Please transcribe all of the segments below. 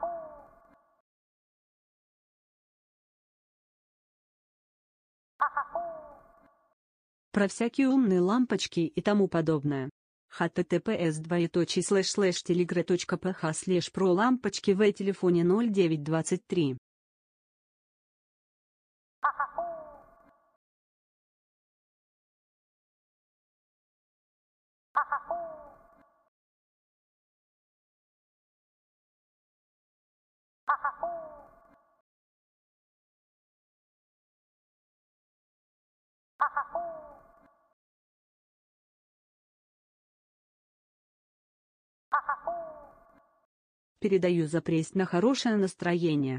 Про всякие умные лампочки и тому подобное. https://telegre.ph/pro лампочки в телефоне 0923. Передаю запрет на хорошее настроение.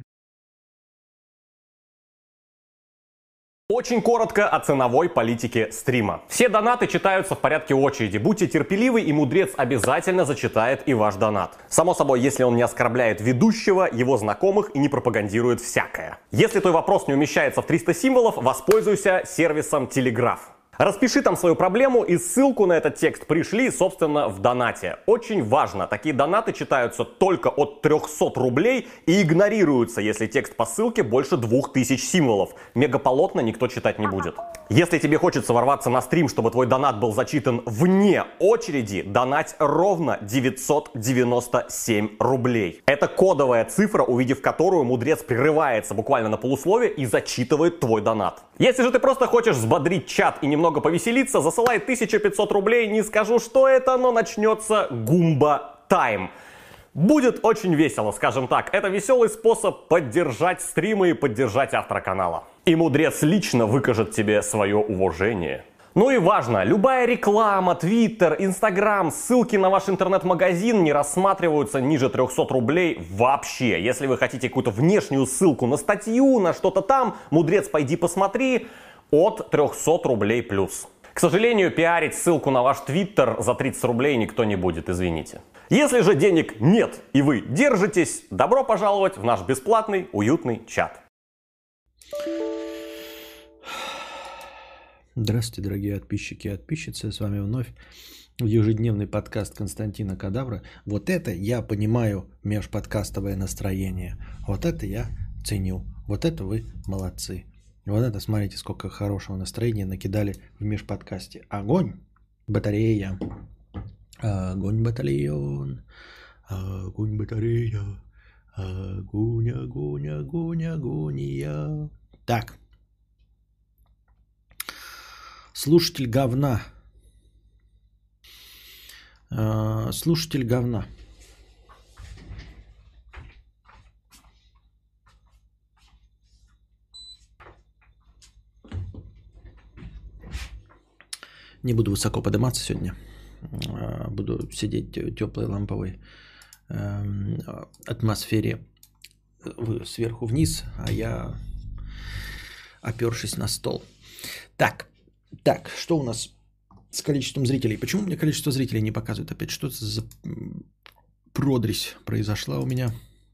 Очень коротко о ценовой политике стрима. Все донаты читаются в порядке очереди. Будьте терпеливы, и мудрец обязательно зачитает и ваш донат. Само собой, если он не оскорбляет ведущего, его знакомых и не пропагандирует всякое. Если твой вопрос не умещается в 300 символов, воспользуйся сервисом Телеграф. Распиши там свою проблему, и ссылку на этот текст пришли, собственно, в донате. Очень важно, такие донаты читаются только от 300 рублей и игнорируются, если текст по ссылке больше 2000 символов. Мегаполотно никто читать не будет. Если тебе хочется ворваться на стрим, чтобы твой донат был зачитан вне очереди, донать ровно 997 рублей. Это кодовая цифра, увидев которую мудрец прерывается буквально на полусловие и зачитывает твой донат. Если же ты просто хочешь взбодрить чат и немного повеселиться, засылай 1500 рублей, не скажу, что это, но начнется Гумба Тайм. Будет очень весело, скажем так. Это веселый способ поддержать стримы и поддержать автора канала. И мудрец лично выкажет тебе свое уважение. Ну и важно, любая реклама, Твиттер, Инстаграм, ссылки на ваш интернет-магазин не рассматриваются ниже 300 рублей вообще. Если вы хотите какую-то внешнюю ссылку на статью, на что-то там, мудрец, пойди посмотри, от 300 рублей плюс. К сожалению, пиарить ссылку на ваш Твиттер за 30 рублей никто не будет, извините. Если же денег нет и вы держитесь, добро пожаловать в наш бесплатный, уютный чат. Здравствуйте, дорогие подписчики и подписчицы. С вами вновь ежедневный подкаст Константина Кадавра. Вот это я понимаю межподкастовое настроение. Вот это я ценю. Вот это вы молодцы. Вот это, смотрите, сколько хорошего настроения накидали в межподкасте. Огонь, батарея. Огонь, батальон. Огонь, батарея. Огонь, огонь, огонь, агония. Так. Слушатель говна. Слушатель говна. Не буду высоко подниматься сегодня. Буду сидеть в теплой ламповой атмосфере сверху вниз, а я опершись на стол. Так, что у нас с количеством зрителей? Почему мне количество зрителей не показывает опять? Что это за продресь произошла у меня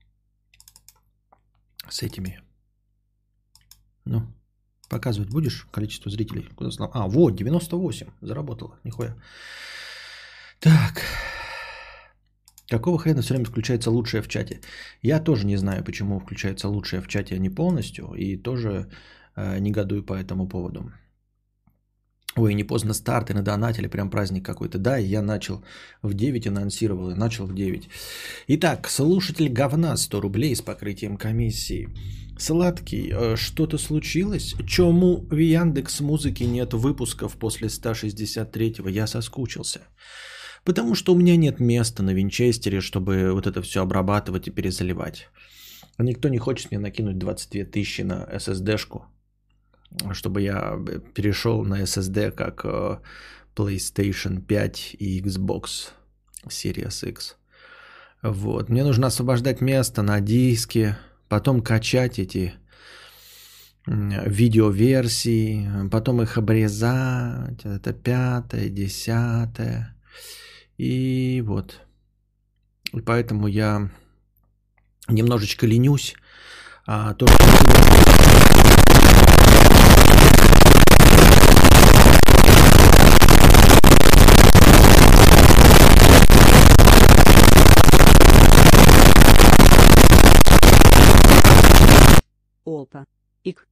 с этими? Ну, показывать будешь количество зрителей? Куда слал? А, вот, 98. Заработало. Нихуя. Так. Какого хрена все время включается лучшее в чате? Я тоже не знаю, почему включается лучшее в чате, а не полностью. И тоже негодую по этому поводу. Ой, не поздно старт, и надонатили, прям праздник какой-то. Да, я начал в 9, анонсировал, и начал в 9. Итак, слушатель говна 100 рублей с покрытием комиссии. Сладкий, что-то случилось? Чему в Яндекс.Музыке нет выпусков после 163-го? Я соскучился. Потому что у меня нет места на винчестере, чтобы вот это все обрабатывать и перезаливать. Никто не хочет мне накинуть 22 тысячи на SSD-шку, чтобы я перешел на SSD как PlayStation 5 и Xbox Series X. Вот. Мне нужно освобождать место на диске, потом качать эти видеоверсии, потом их обрезать. Это 5-е, 10-е. И вот. И поэтому я немножечко ленюсь. А то, что... опа. Ик.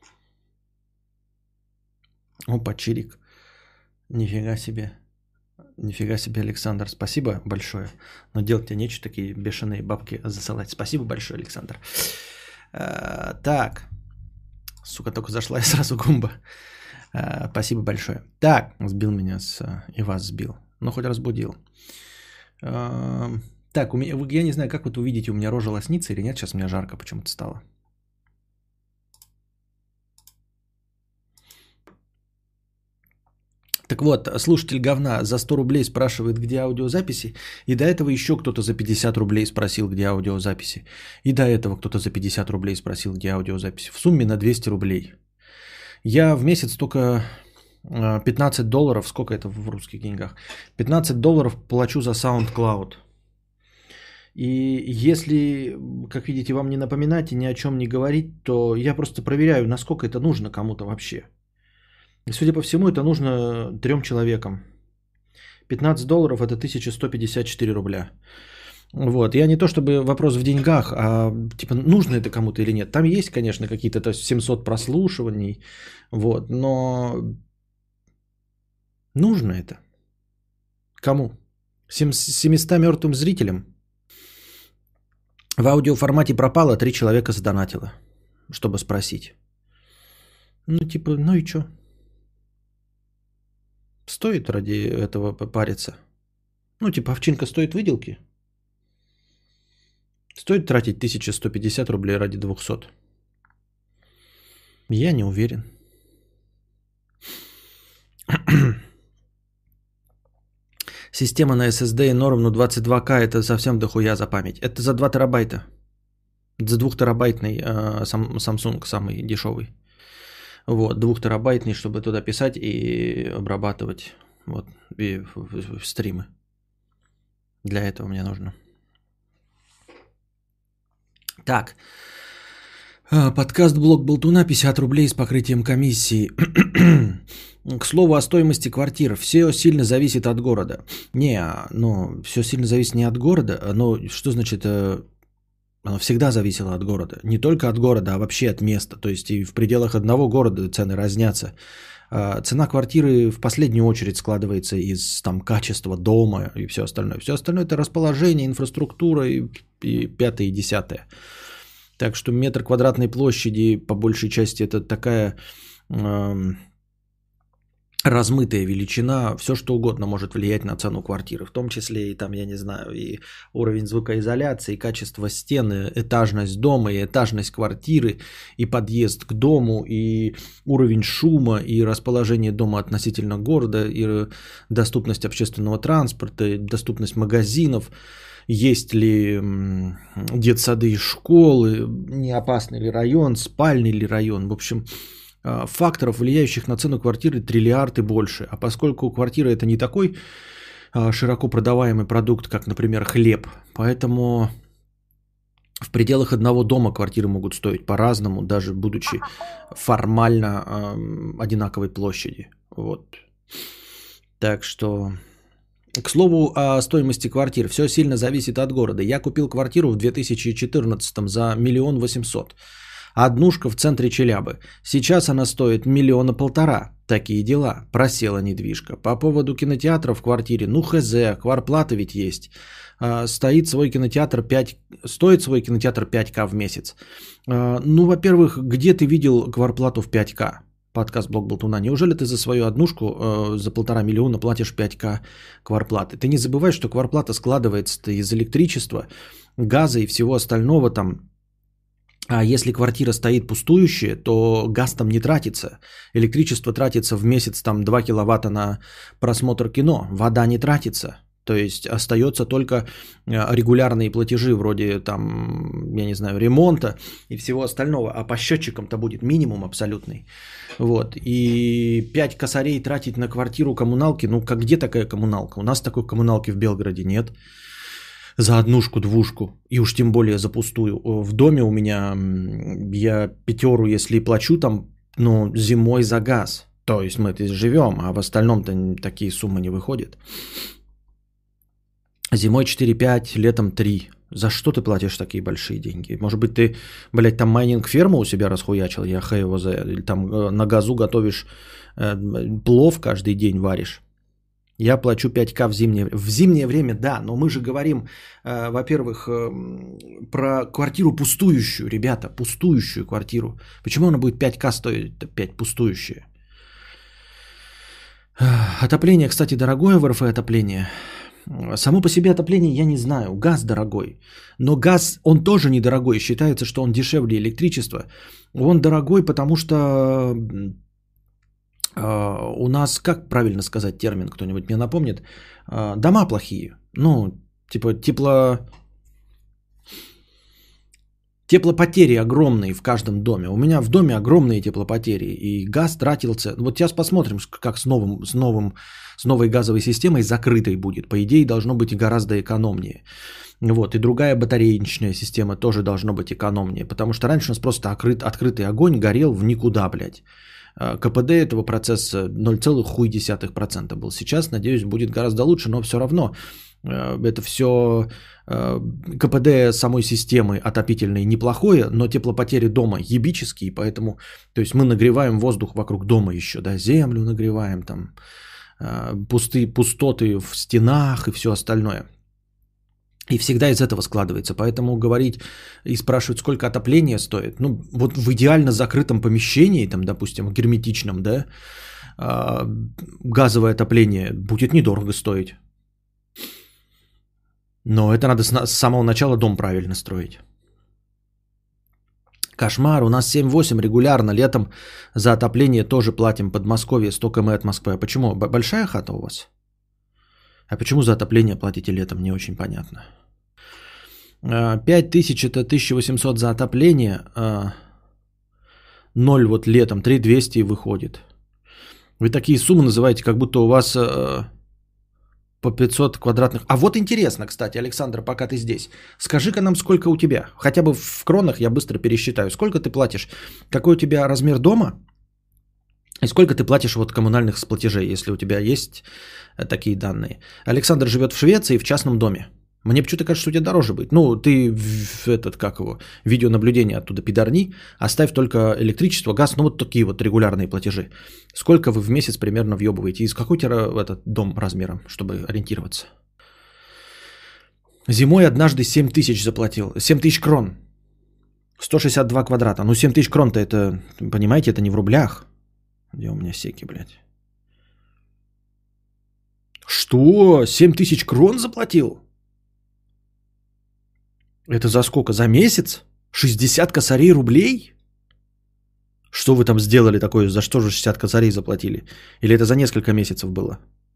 Опа, чирик. Нифига себе. Нифига себе, Александр. Спасибо большое. Но делать тебе нечего такие бешеные бабки засылать. Спасибо большое, Александр. Так. Сука, только зашла и сразу гумба. Спасибо большое. Так, сбил меня и вас сбил. Но хоть разбудил. Так, я не знаю, как вы увидите, у меня рожа лоснится или нет. Сейчас мне жарко почему-то стало. Так вот, слушатель говна за 100 рублей спрашивает, где аудиозаписи. И до этого еще кто-то за 50 рублей спросил, где аудиозаписи. И до этого кто-то за 50 рублей спросил, где аудиозаписи. В сумме на 200 рублей. Я в месяц только $15, сколько это в русских деньгах? $15 плачу за SoundCloud. И если, как видите, вам не напоминать и ни о чем не говорить, то я просто проверяю, насколько это нужно кому-то вообще. И, судя по всему, это нужно 3 человекам. $15 это 1154 рубля. Вот. Я не то чтобы вопрос в деньгах, а типа нужно это кому-то или нет. Там есть, конечно, какие-то 700 прослушиваний, вот, но нужно это. Кому? 700 мертвым зрителям? В аудиоформате пропало, 3 человека задонатило, чтобы спросить. Ну типа, ну и чё? Стоит ради этого париться? Ну типа овчинка стоит выделки? Стоит тратить 1150 рублей ради 200? Я не уверен. Система на SSD и норм, но 22К это совсем дохуя за память. Это за 2 терабайта. За 2-терабайтный Samsung самый дешевый. Вот, 2-терабайтный, чтобы туда писать и обрабатывать вот, и в стримы. Для этого мне нужно. Так. Подкаст «Блог Болтуна» 50 рублей с покрытием комиссии. К слову о стоимости квартир. Все сильно зависит от города. Ну, все сильно зависит не от города. Но что значит... Оно всегда зависело от города. Не только от города, а вообще от места. То есть и в пределах одного города цены разнятся. Цена квартиры в последнюю очередь складывается из там, качества дома и все остальное. Все остальное это расположение, инфраструктура и пятое и десятое. Так что метр квадратной площади по большей части это такая размытая величина. Все что угодно может влиять на цену квартиры. В том числе и там, я не знаю, и уровень звукоизоляции, и качество стены, этажность дома, и этажность квартиры, и подъезд к дому, и уровень шума, и расположение дома относительно города, и доступность общественного транспорта, и доступность магазинов. Есть ли детсады и школы, не опасный ли район, спальный ли район. В общем, факторов, влияющих на цену квартиры, триллиард и больше. А поскольку квартира это не такой широко продаваемый продукт, как, например, хлеб, поэтому в пределах одного дома квартиры могут стоить по-разному, даже будучи формально одинаковой площади. Вот. Так что... К слову о стоимости квартир. Все сильно зависит от города. Я купил квартиру в 2014 за 1 800 000. Однушка в центре Челябы. Сейчас она стоит 1,5 миллиона. Такие дела. Просела недвижка. По поводу кинотеатра в квартире. Ну хз, квартплата ведь есть. Стоит свой кинотеатр 5... Стоит свой кинотеатр 5К в месяц. Ну, во-первых, где ты видел квартплату в 5К? Подкаст «Блог Болтуна». Неужели ты за свою однушку за 1,5 миллиона платишь 5К квартплаты? Ты не забывай, что квартплата складывается из электричества, газа и всего остального там. А если квартира стоит пустующая, то газ там не тратится. Электричество тратится в месяц там 2 киловатта на просмотр кино. Вода не тратится. То есть остается только регулярные платежи вроде там, я не знаю, ремонта и всего остального. А по счетчикам-то будет минимум абсолютный. Вот. И 5 косарей тратить на квартиру коммуналки. Ну, как где такая коммуналка? У нас такой коммуналки в Белгороде нет. За однушку-двушку. И уж тем более за пустую. В доме у меня я 5, если плачу там, ну, зимой за газ. То есть мы здесь живем, а в остальном-то такие суммы не выходят. Зимой 4-5, летом 3 За что ты платишь такие большие деньги? Может быть, ты, блядь, там майнинг-ферму у себя расхуячил, я хай его за... Или там на газу готовишь плов каждый день варишь. Я плачу 5К в зимнее время. В зимнее время, да, но мы же говорим, во-первых, про квартиру пустующую, ребята, пустующую квартиру. Почему она будет 5К стоить, 5 пустующая? Отопление, кстати, дорогое в РФ отопление. Само по себе отопление я не знаю. Газ дорогой. Но газ, он тоже недорогой. Считается, что он дешевле электричества. Он дорогой, потому что у нас, как правильно сказать термин, кто-нибудь мне напомнит? Дома плохие. Ну, типа теплопотери огромные в каждом доме. У меня в доме огромные теплопотери. И газ тратился... Вот сейчас посмотрим, как с новой газовой системой закрытой будет. По идее, должно быть гораздо экономнее. Вот. И другая батареечная система тоже должно быть экономнее. Потому что раньше у нас просто открытый огонь горел в никуда, блядь. КПД этого процесса 0,1% был. Сейчас, надеюсь, будет гораздо лучше, но все равно это все КПД самой системы отопительной неплохое, но теплопотери дома ебические, поэтому, то есть мы нагреваем воздух вокруг дома еще, да, землю нагреваем, там пустоты в стенах и все остальное. И всегда из этого складывается. Поэтому говорить и спрашивать, сколько отопление стоит. Ну, вот в идеально закрытом помещении, там, допустим, герметичном, да, газовое отопление будет недорого стоить. Но это надо с самого начала дом правильно строить. Кошмар, у нас 7-8 регулярно. Летом за отопление тоже платим. Подмосковье 100 км от Москвы. А почему? Большая хата у вас? А почему за отопление платите летом? Не очень понятно. 5000 это 1800 за отопление. 0 вот летом. 3200 выходит. Вы такие суммы называете, как будто у вас по 500 квадратных. А вот интересно, кстати, Александр, пока ты здесь. Скажи-ка нам, сколько у тебя. Хотя бы в кронах я быстро пересчитаю. Сколько ты платишь? Какой у тебя размер дома? И сколько ты платишь вот коммунальных платежей, если у тебя есть такие данные? Александр живет в Швеции в частном доме. Мне почему-то кажется, что у тебя дороже будет. Ну, ты в этот, как его, видеонаблюдение оттуда пидорни, оставь только электричество, газ, ну вот такие вот регулярные платежи. Сколько вы в месяц примерно въебываете? И с какой у тебя этот дом размером, чтобы ориентироваться? Зимой однажды 7000 заплатил. 7000 крон. 162 квадрата. Ну, 7000 крон-то это, понимаете, это не в рублях. Где у меня секи, блядь? Что? 7000 крон заплатил? Это за сколько? За месяц? 60 косарей рублей? Что вы там сделали такое? За что же 60 косарей заплатили? Или это за несколько месяцев было?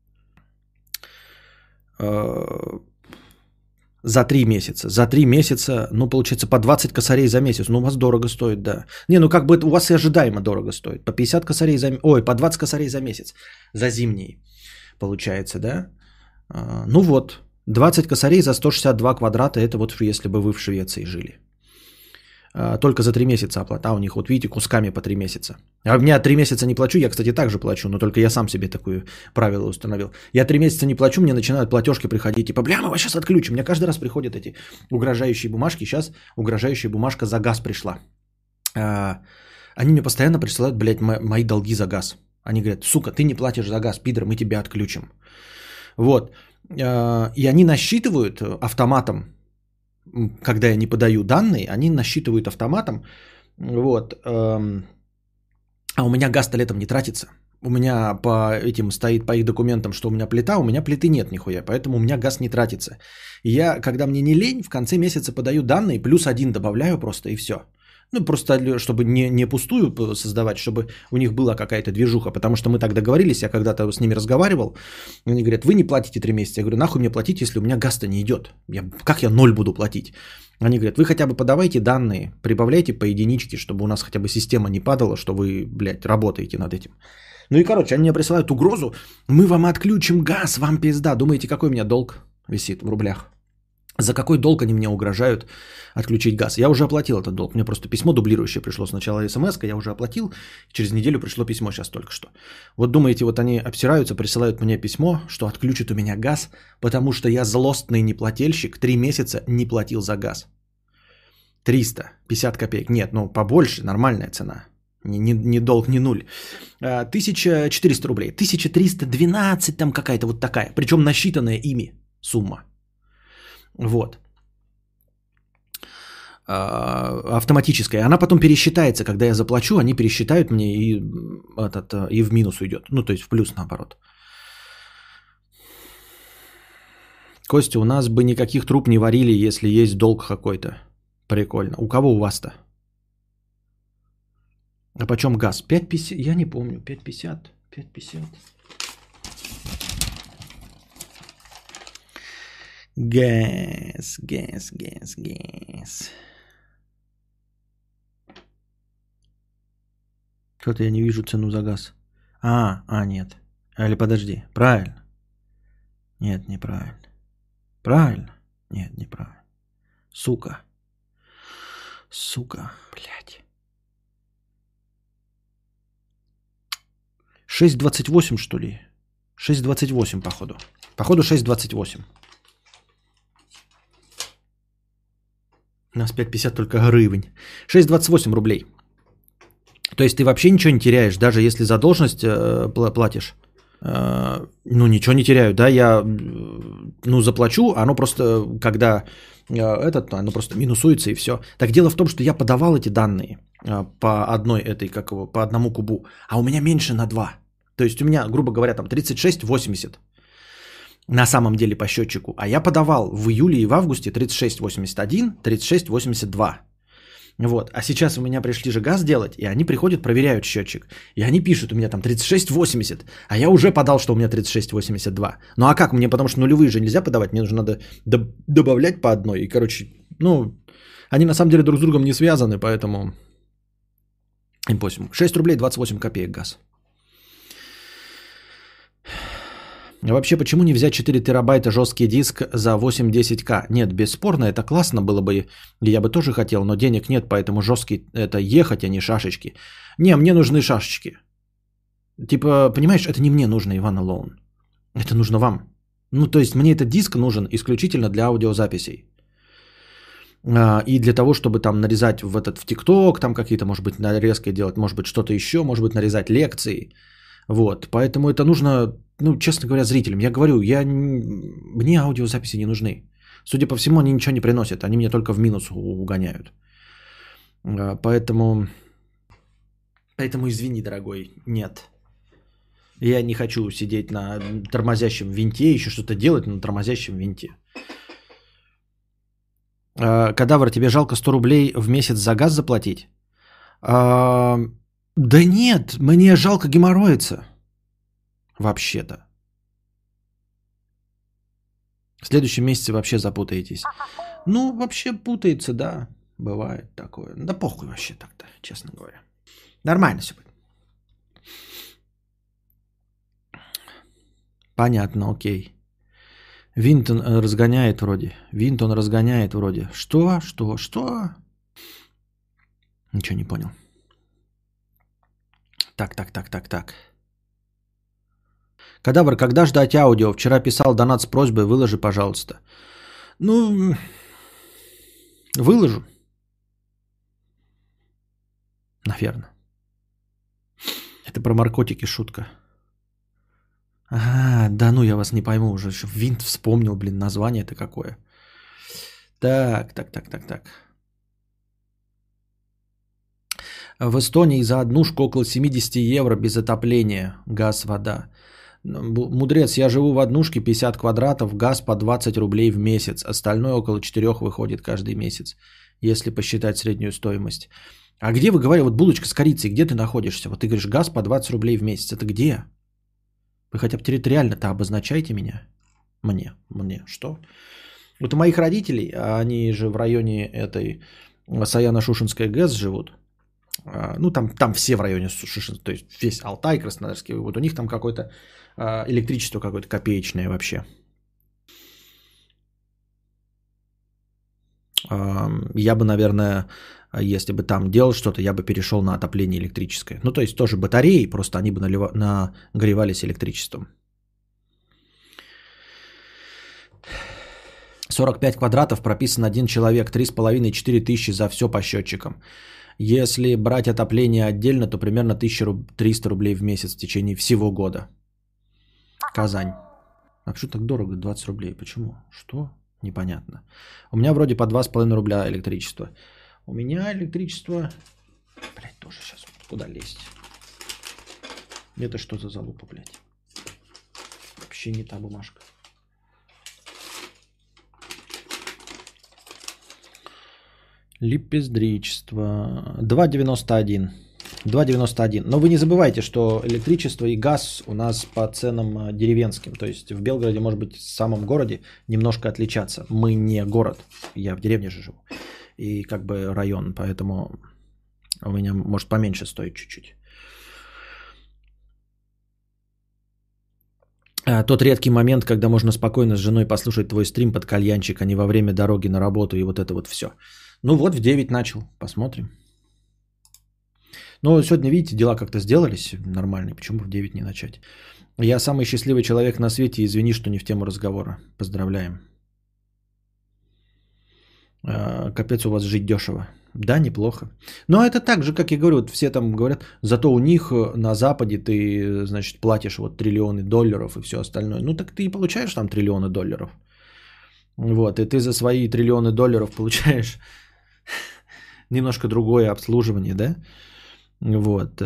За 3 месяца. За 3 месяца, ну, получается, по 20 косарей за месяц. Ну, у вас дорого стоит, да. Не, ну, как бы у вас и ожидаемо дорого стоит. По 50 косарей за... Ой, по 20 косарей за месяц. За зимний, получается, да? Ну, вот. 20 косарей за 162 квадрата. Это вот если бы вы в Швеции жили. Только за 3 месяца оплата. А у них, вот видите, кусками по 3 месяца. А у меня 3 месяца не плачу, я, кстати, также плачу, но только я сам себе такое правило установил. Я 3 месяца не плачу, мне начинают платежки приходить. Типа, бля, мы вас сейчас отключим. Мне каждый раз приходят эти угрожающие бумажки. Сейчас угрожающая бумажка за газ пришла. Они мне постоянно присылают, блядь, мои долги за газ. Они говорят, сука, ты не платишь за газ, пидор, мы тебя отключим. Вот. И они насчитывают автоматом, когда я не подаю данные, они насчитывают автоматом, вот, а у меня газ-то летом не тратится. У меня по этим стоит, по их документам, что у меня плита, у меня плиты нет нихуя, поэтому у меня газ не тратится. И я, когда мне не лень, в конце месяца подаю данные, плюс 1 добавляю просто и все. Ну, просто чтобы не пустую создавать, чтобы у них была какая-то движуха, потому что мы так договорились, я когда-то с ними разговаривал, они говорят, вы не платите 3 месяца. Я говорю, нахуй мне платить, если у меня газ-то не идет? Как я 0 буду платить? Они говорят, вы хотя бы подавайте данные, прибавляйте по единичке, чтобы у нас хотя бы система не падала, что вы, блядь, работаете над этим. Ну и, короче, они мне присылают угрозу, мы вам отключим газ, вам пизда. Думаете, какой у меня долг висит в рублях? За какой долг они мне угрожают отключить газ? Я уже оплатил этот долг. Мне просто письмо дублирующее пришло. Сначала смс, я уже оплатил. Через неделю пришло письмо сейчас только что. Вот думаете, вот они обсираются, присылают мне письмо, что отключат у меня газ, потому что я злостный неплательщик, 3 месяца не платил за газ. 350 копеек. Нет, ну побольше, нормальная цена. Не долг, не нуль. 1400 рублей. 1312 там какая-то вот такая. Причем насчитанная ими сумма. Вот. Автоматическая. Она потом пересчитается, когда я заплачу, они пересчитают мне и в минус уйдет. Ну, то есть в плюс наоборот. Костя, у нас бы никаких труб не варили, если есть долг какой-то. Прикольно. У кого у вас-то? А почем газ? 5,50? Я не помню. 5,50? 5,50? Газ. Что-то я не вижу цену за газ. Нет. Или подожди. Правильно. Нет, неправильно. Правильно? Нет, неправильно. Сука. Блядь. 6,28 что ли? 6,28 походу. Походу 6,28. У нас 5,50 только гривень. 6,28 рублей. То есть ты вообще ничего не теряешь, даже если задолженность платишь. Ну, ничего не теряю, да, я, заплачу, оно просто, когда оно просто минусуется и все. Так дело в том, что я подавал эти данные по одной по одному кубу, а у меня меньше на 2. То есть у меня, грубо говоря, там 36,80 на самом деле по счетчику, а я подавал в июле и в августе 36,81, 36,82. Вот. А сейчас у меня пришли же газ делать, и они приходят, проверяют счетчик. И они пишут, у меня там 36,80, а я уже подал, что у меня 36,82. Ну а как мне, потому что нулевые же нельзя подавать, мне нужно надо добавлять по одной. И, короче, они на самом деле друг с другом не связаны, поэтому им по 6 рублей 28 копеек газ. А вообще, почему не взять 4 терабайта жесткий диск за 8-10к? Нет, бесспорно, это классно было бы, я бы тоже хотел, но денег нет, поэтому жесткий это ехать, а не шашечки. Не, мне нужны шашечки. Типа, понимаешь, это не мне нужно, Иван Алоун. Это нужно вам. Ну, то есть, мне этот диск нужен исключительно для аудиозаписей. И для того, чтобы там нарезать в ТикТок, там какие-то, может быть, нарезки делать, может быть, что-то еще, может быть, нарезать лекции. Вот, поэтому это нужно, честно говоря, зрителям. Я говорю, мне аудиозаписи не нужны. Судя по всему, они ничего не приносят, они меня только в минус угоняют. Поэтому извини, дорогой, нет. Я не хочу сидеть на тормозящем винте, еще что-то делать на тормозящем винте. Кадавр, тебе жалко 100 рублей в месяц за газ заплатить? Да нет, мне жалко геморроиться. Вообще-то. В следующем месяце вообще запутаетесь. Вообще путается, да. Бывает такое. Да похуй вообще так-то, честно говоря. Нормально все будет. Понятно, окей. Винт он разгоняет вроде. Что? Ничего не понял. Так. Кадавр, когда ждать аудио? Вчера писал донат с просьбой, выложи, пожалуйста. Выложу. Наверное. Это про наркотики шутка. Да я вас не пойму уже. Винт вспомнил, название это какое. Так. В Эстонии за однушку около 70 евро без отопления. Газ, вода. Мудрец, я живу в однушке 50 квадратов, газ по 20 рублей в месяц. Остальное около 4 выходит каждый месяц, если посчитать среднюю стоимость. А где вы говорите, вот булочка с корицей, где ты находишься? Вот ты говоришь, газ по 20 рублей в месяц. Это где? Вы хотя бы территориально-то обозначайте меня. Мне. Что? Вот у моих родителей, они же в районе этой Саяно-Шушенской ГЭС живут. Там все в районе Шушенской, то есть весь Алтай, Краснодарский. Вот у них там какое-то электричество какое-то копеечное вообще. Я бы, наверное, если бы там делал что-то, я бы перешел на отопление электрическое. Ну, то есть тоже батареи, просто они бы нагревались электричеством. 45 квадратов, прописан один человек, 3,5-4 тысячи за все по счетчикам. Если брать отопление отдельно, то примерно 1300 рублей в месяц в течение всего года. Казань. А почему так дорого? 20 рублей. Почему? Что? Непонятно. У меня вроде по 2,5 рубля электричество. У меня электричество... Блядь, тоже сейчас куда лезть? Это что за залупа, блядь? Вообще не та бумажка. Липездричество. 2,91. 2,91. Но вы не забывайте, что электричество и газ у нас по ценам деревенским. То есть в Белгороде, может быть, в самом городе немножко отличаться. Мы не город. Я в деревне же живу. И как бы район. Поэтому у меня может поменьше стоит чуть-чуть. Тот редкий момент, когда можно спокойно с женой послушать твой стрим под кальянчик, а не во время дороги на работу и вот это вот все. Ну вот в 9 начал. Посмотрим. Но сегодня, видите, дела как-то сделались нормальные. Почему в 9 не начать? Я самый счастливый человек на свете. Извини, что не в тему разговора. Поздравляем. Капец, у вас жить дешево. Да, неплохо. Но это так же, как я говорю, вот все там говорят, зато у них на Западе ты, значит, платишь вот триллионы долларов и все остальное. Ну так ты и получаешь там триллионы долларов. Вот, и ты за свои триллионы долларов получаешь немножко другое обслуживание, да? Вот.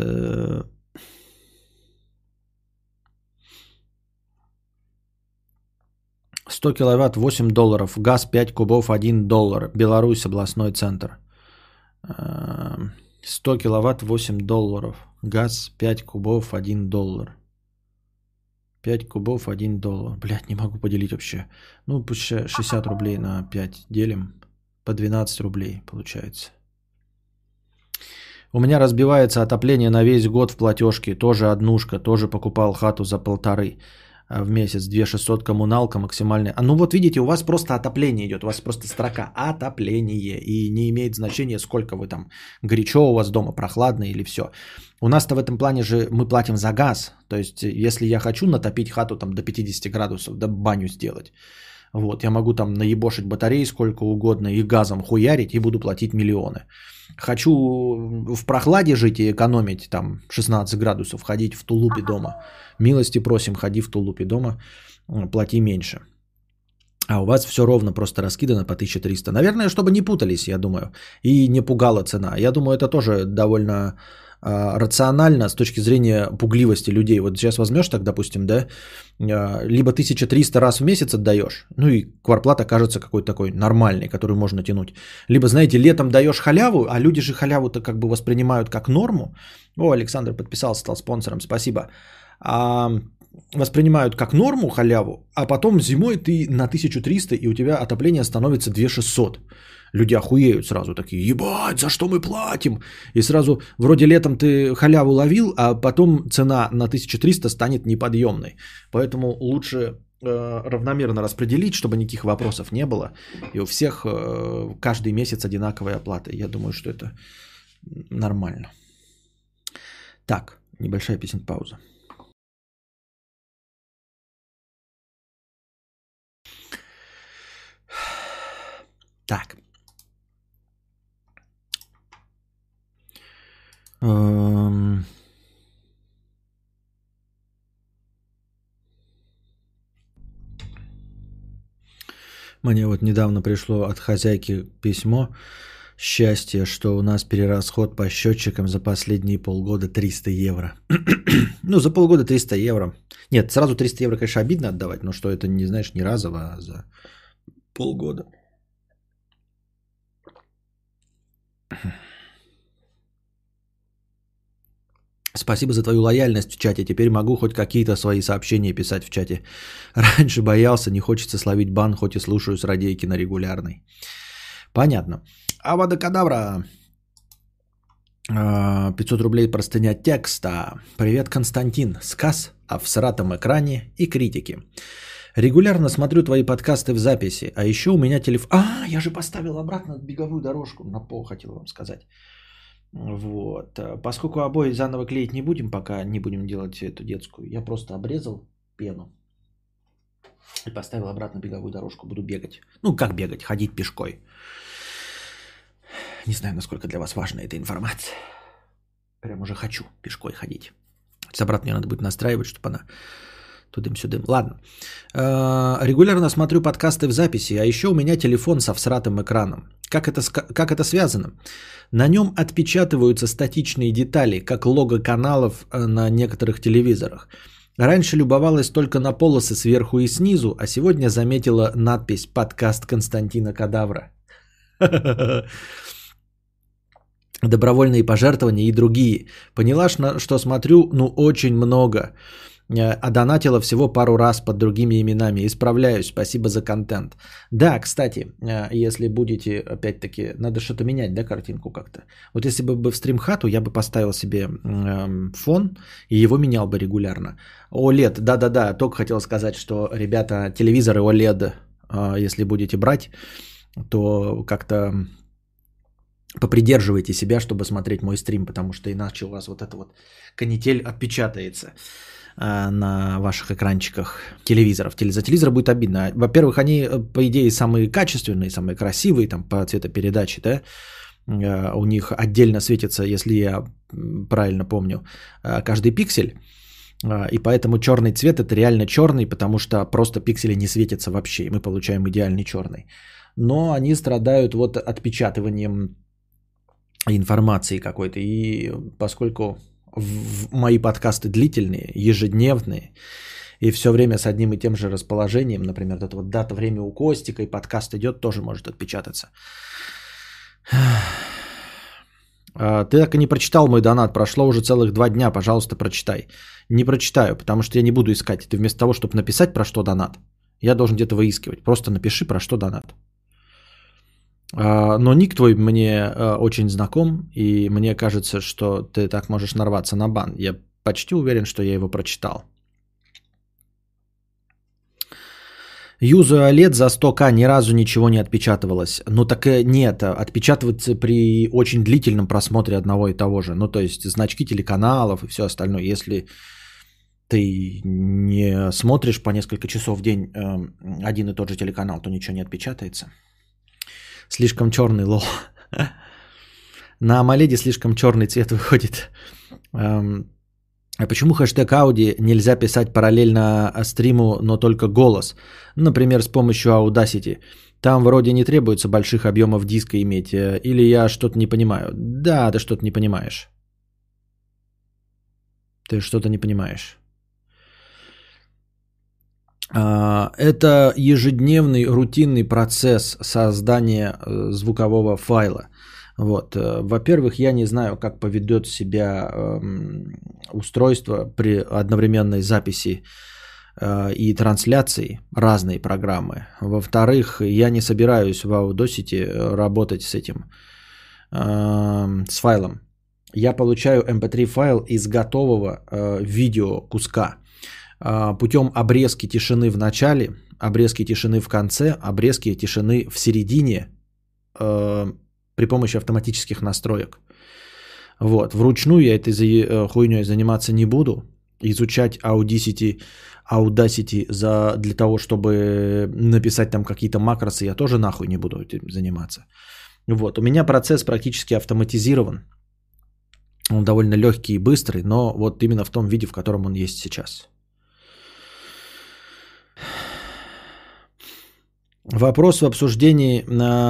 100 киловатт 8 долларов, газ 5 кубов 1 доллар, Беларусь, областной центр. 100 киловатт 8 долларов, газ 5 кубов 1 доллар. 5 кубов 1 доллар. Блядь, не могу поделить вообще. Ну, пусть 60 рублей на 5 делим. По 12 рублей получается. У меня разбивается отопление на весь год в платежке. Тоже однушка. Тоже покупал хату за 1,5 в месяц. 2600 коммуналка максимальная. А ну вот видите, у вас просто отопление идет. У вас просто строка отопление. И не имеет значения, сколько вы там. Горячо у вас дома, прохладно или все. У нас-то в этом плане же мы платим за газ. То есть, если я хочу натопить хату там до 50 градусов, да баню сделать. Вот, я могу там наебошить батареи сколько угодно и газом хуярить и буду платить миллионы. Хочу в прохладе жить и экономить там 16 градусов, ходить в тулупе дома. Милости просим, ходи в тулупе дома, плати меньше. А у вас все ровно просто раскидано по 1300. Наверное, чтобы не путались, я думаю, и не пугала цена. Я думаю, это тоже довольно рационально с точки зрения пугливости людей. Вот сейчас возьмешь так, допустим, да, либо 1300 раз в месяц отдаешь, ну и квартплата кажется какой-то такой нормальной, которую можно тянуть. Либо, знаете, летом даешь халяву, а люди же халяву-то как бы воспринимают как норму. О, Александр подписался, стал спонсором, спасибо. Воспринимают как норму халяву, а потом зимой ты на 1300 и у тебя отопление становится 2600. Люди охуеют сразу такие, ебать, за что мы платим? И сразу вроде летом ты халяву ловил, а потом цена на 1300 станет неподъемной. Поэтому лучше равномерно распределить, чтобы никаких вопросов не было. И у всех каждый месяц одинаковая оплата. Я думаю, что это нормально. Так, небольшая песен пауза. Так. Мне вот недавно пришло от хозяйки письмо. Счастье, что у нас перерасход по счетчикам за последние полгода 300 евро. Ну, за полгода 300 евро. Нет, сразу 300 евро, конечно, обидно отдавать, но что это не, знаешь, не разово, а за полгода. Спасибо за твою лояльность в чате. Теперь могу хоть какие-то свои сообщения писать в чате. Раньше боялся, не хочется словить бан, хоть и слушаю с радейки на регулярной. Понятно. Авадокадабра. 500 рублей простыня текста. Привет, Константин. Сказ о всратом экране и критики. Регулярно смотрю твои подкасты в записи, а еще у меня телефон... Я же поставил обратно беговую дорожку, на пол хотел вам сказать. Вот. Поскольку обои заново клеить не будем, пока не будем делать эту детскую, я просто обрезал пену и поставил обратно беговую дорожку. Буду бегать. Ну, как бегать? Ходить пешкой. Не знаю, насколько для вас важна эта информация. Прям уже хочу пешкой ходить. Обратно мне надо будет настраивать, чтобы она тудым-сюдым. Ладно. Регулярно смотрю подкасты в записи, а еще у меня телефон со всратым экраном. Как это связано? На нем отпечатываются статичные детали, как лого каналов на некоторых телевизорах. Раньше любовалась только на полосы сверху и снизу, а сегодня заметила надпись «Подкаст Константина Кадавра». Добровольные пожертвования и другие. Поняла, что смотрю, очень много. А донатила всего пару раз под другими именами. Исправляюсь, спасибо за контент. Да, кстати, если будете, опять-таки, надо что-то менять, да, картинку как-то. Вот если бы в стримхату я бы поставил себе фон и его менял бы регулярно. OLED, да-да-да, только хотел сказать, что, ребята, телевизоры OLED, если будете брать, то как-то попридерживайте себя, чтобы смотреть мой стрим, потому что иначе у вас вот эта вот канитель отпечатается на ваших экранчиках телевизоров. За телевизор будет обидно. Во-первых, они, по идее, самые качественные, самые красивые там, по цветопередаче, да? У них отдельно светится, если я правильно помню, каждый пиксель. И поэтому черный цвет это реально черный, потому что просто пиксели не светятся вообще, и мы получаем идеальный черный. Но они страдают вот отпечатыванием информации какой-то. И поскольку мои подкасты длительные, ежедневные, и все время с одним и тем же расположением, например, это вот дата, время у Костика, и подкаст идет, тоже может отпечататься. Ты так и не прочитал мой донат, прошло уже целых 2 дня, пожалуйста, прочитай. Не прочитаю, потому что я не буду искать. Ты вместо того, чтобы написать, про что донат, я должен где-то выискивать. Просто напиши, про что донат. Но ник твой мне очень знаком, и мне кажется, что ты так можешь нарваться на бан. Я почти уверен, что я его прочитал. Юзаю OLED за 100к, ни разу ничего не отпечатывалось. Ну так нет, отпечатывается при очень длительном просмотре одного и того же. Ну то есть значки телеканалов и все остальное. Если ты не смотришь по несколько часов в день один и тот же телеканал, то ничего не отпечатается. Слишком черный лол. На AMOLED слишком черный цвет выходит. А почему хэштег Ауди нельзя писать параллельно стриму, но только голос? Например, с помощью Audacity. Там вроде не требуется больших объемов диска иметь. Или я что-то не понимаю? Да, ты что-то не понимаешь. Ты что-то не понимаешь. Это ежедневный рутинный процесс создания звукового файла. Вот. Во-первых, я не знаю, как поведет себя устройство при одновременной записи и трансляции, разные программы. Во-вторых, я не собираюсь в Audacity работать с этим, с файлом. Я получаю MP3 файл из готового видео куска путем обрезки тишины в начале, обрезки тишины в конце, обрезки тишины в середине при помощи автоматических настроек. Вот. Вручную я этой хуйней заниматься не буду. Изучать Audacity для того, чтобы написать там какие-то макросы, я тоже нахуй не буду этим заниматься. Вот. У меня процесс практически автоматизирован. Он довольно легкий и быстрый, но вот именно в том виде, в котором он есть сейчас. Вопрос обсуждения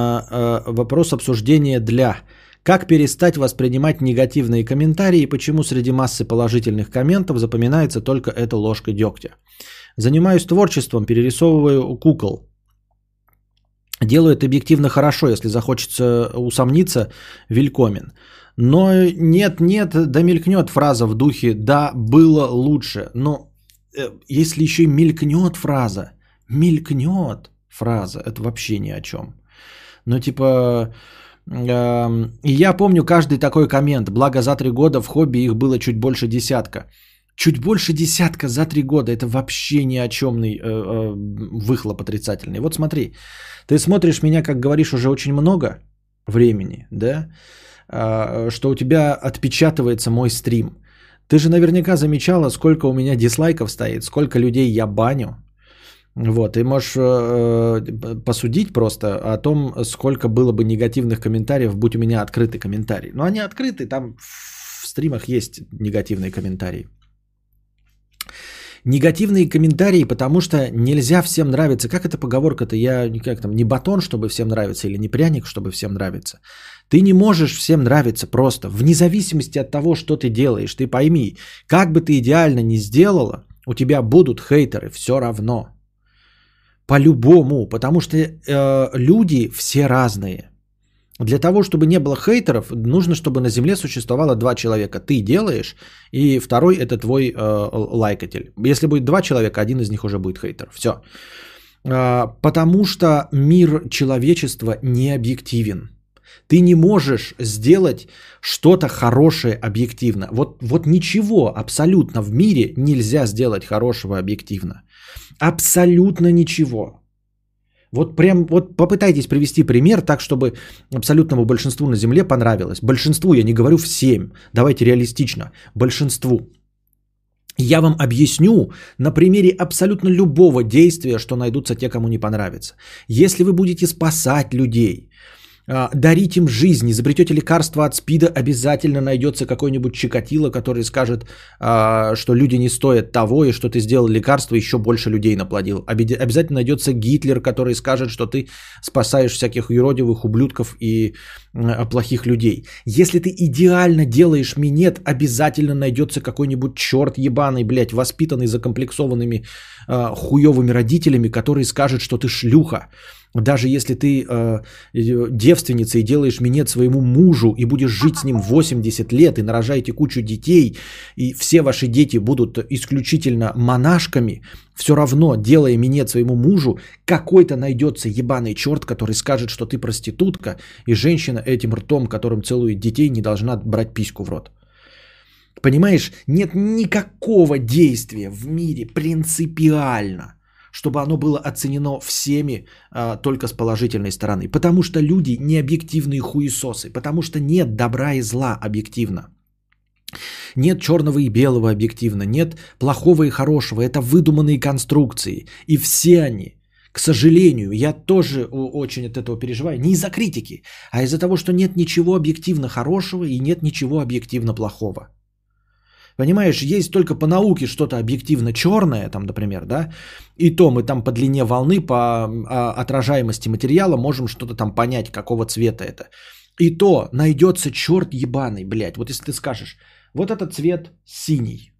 для «Как перестать воспринимать негативные комментарии и почему среди массы положительных комментов запоминается только эта ложка дегтя?» Занимаюсь творчеством, перерисовываю кукол. Делаю это объективно хорошо, если захочется усомниться, велькомен. Но нет, да мелькнет фраза в духе «да, было лучше». Но если еще и мелькнет фраза, это вообще ни о чем. Ну типа, и я помню каждый такой коммент, благо за 3 года в хобби их было чуть больше 10. Чуть больше десятка за 3 года. Это вообще ни о чемный выхлоп отрицательный. Вот смотри, ты смотришь меня, как говоришь, уже очень много времени, да? Что у тебя отпечатывается мой стрим. Ты же наверняка замечала, сколько у меня дизлайков стоит, сколько людей я баню. Вот, и можешь посудить просто о том, сколько было бы негативных комментариев, будь у меня открыты комментарии. Но они открыты, там в стримах есть негативные комментарии. Негативные комментарии, потому что нельзя всем нравиться. Как эта поговорка-то? Я как там, не батон, чтобы всем нравиться, или не пряник, чтобы всем нравиться. Ты не можешь всем нравиться просто. Вне зависимости от того, что ты делаешь. Ты пойми, как бы ты идеально ни сделала, у тебя будут хейтеры все равно. По-любому. Потому что люди все разные. Для того, чтобы не было хейтеров, нужно, чтобы на Земле существовало 2 человека. Ты делаешь, и второй это твой лайкатель. Если будет 2 человека, один из них уже будет хейтер. Все. Потому что мир человечества не объективен. Ты не можешь сделать что-то хорошее объективно. Вот ничего абсолютно в мире нельзя сделать хорошего объективно. Абсолютно ничего. Вот прям вот попытайтесь привести пример так, чтобы абсолютному большинству на Земле понравилось. Большинству, я не говорю всем, давайте реалистично, большинству. Я вам объясню на примере абсолютно любого действия, что найдутся те, кому не понравится. Если вы будете спасать людей, дарить им жизнь, изобретете лекарство от СПИДа, обязательно найдется какой-нибудь Чикатило, который скажет, что люди не стоят того, и что ты сделал лекарство, еще больше людей наплодил. Обязательно найдется Гитлер, который скажет, что ты спасаешь всяких юродивых ублюдков и плохих людей. Если ты идеально делаешь минет, обязательно найдется какой-нибудь черт ебаный, блядь, воспитанный закомплексованными хуевыми родителями, который скажет, что ты шлюха. Даже если ты девственница и делаешь минет своему мужу и будешь жить с ним 80 лет и нарожаете кучу детей, и все ваши дети будут исключительно монашками, все равно, делая минет своему мужу, какой-то найдется ебаный черт, который скажет, что ты проститутка, и женщина этим ртом, которым целует детей, не должна брать письку в рот. Понимаешь, нет никакого действия в мире принципиально, чтобы оно было оценено всеми только с положительной стороны. Потому что люди не объективные хуесосы. Потому что нет добра и зла объективно. Нет черного и белого объективно. Нет плохого и хорошего. Это выдуманные конструкции. И все они, к сожалению, я тоже очень от этого переживаю. Не из-за критики, а из-за того, что нет ничего объективно хорошего и нет ничего объективно плохого. Понимаешь, есть только по науке что-то объективно черное, там, например, да, и то мы там по длине волны, по отражаемости материала можем что-то там понять, какого цвета это. И то найдется черт ебаный, блядь. Вот если ты скажешь, вот этот цвет синий,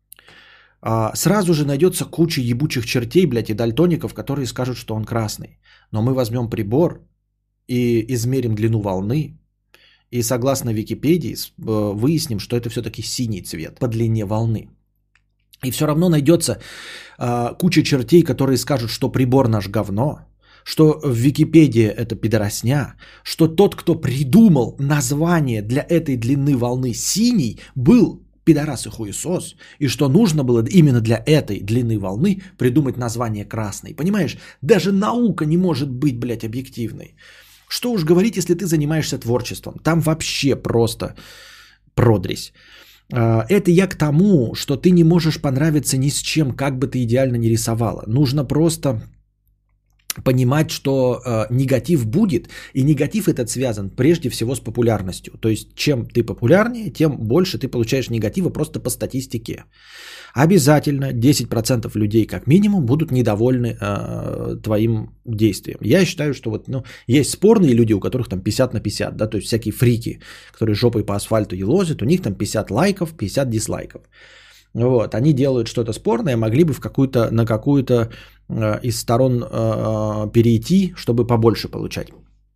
сразу же найдется куча ебучих чертей, блядь, и дальтоников, которые скажут, что он красный. Но мы возьмем прибор и измерим длину волны, и согласно Википедии выясним, что это все-таки синий цвет по длине волны. И все равно найдется куча чертей, которые скажут, что прибор наш говно, что в Википедии это пидоросня, что тот, кто придумал название для этой длины волны синий, был пидорас и хуесос, и что нужно было именно для этой длины волны придумать название красной. Понимаешь, даже наука не может быть, блядь, объективной. Что уж говорить, если ты занимаешься творчеством. Там вообще просто продресь. Это я к тому, что ты не можешь понравиться ни с чем, как бы ты идеально ни рисовала. Нужно просто понимать, что негатив будет, и негатив этот связан прежде всего с популярностью. То есть, чем ты популярнее, тем больше ты получаешь негатива просто по статистике. Обязательно 10% людей как минимум будут недовольны твоим действием. Я считаю, что вот, есть спорные люди, у которых там 50 на 50, да, то есть всякие фрики, которые жопой по асфальту елозят, у них там 50 лайков, 50 дизлайков. Вот, они делают что-то спорное, могли бы на какую-то из сторон перейти, чтобы побольше получать.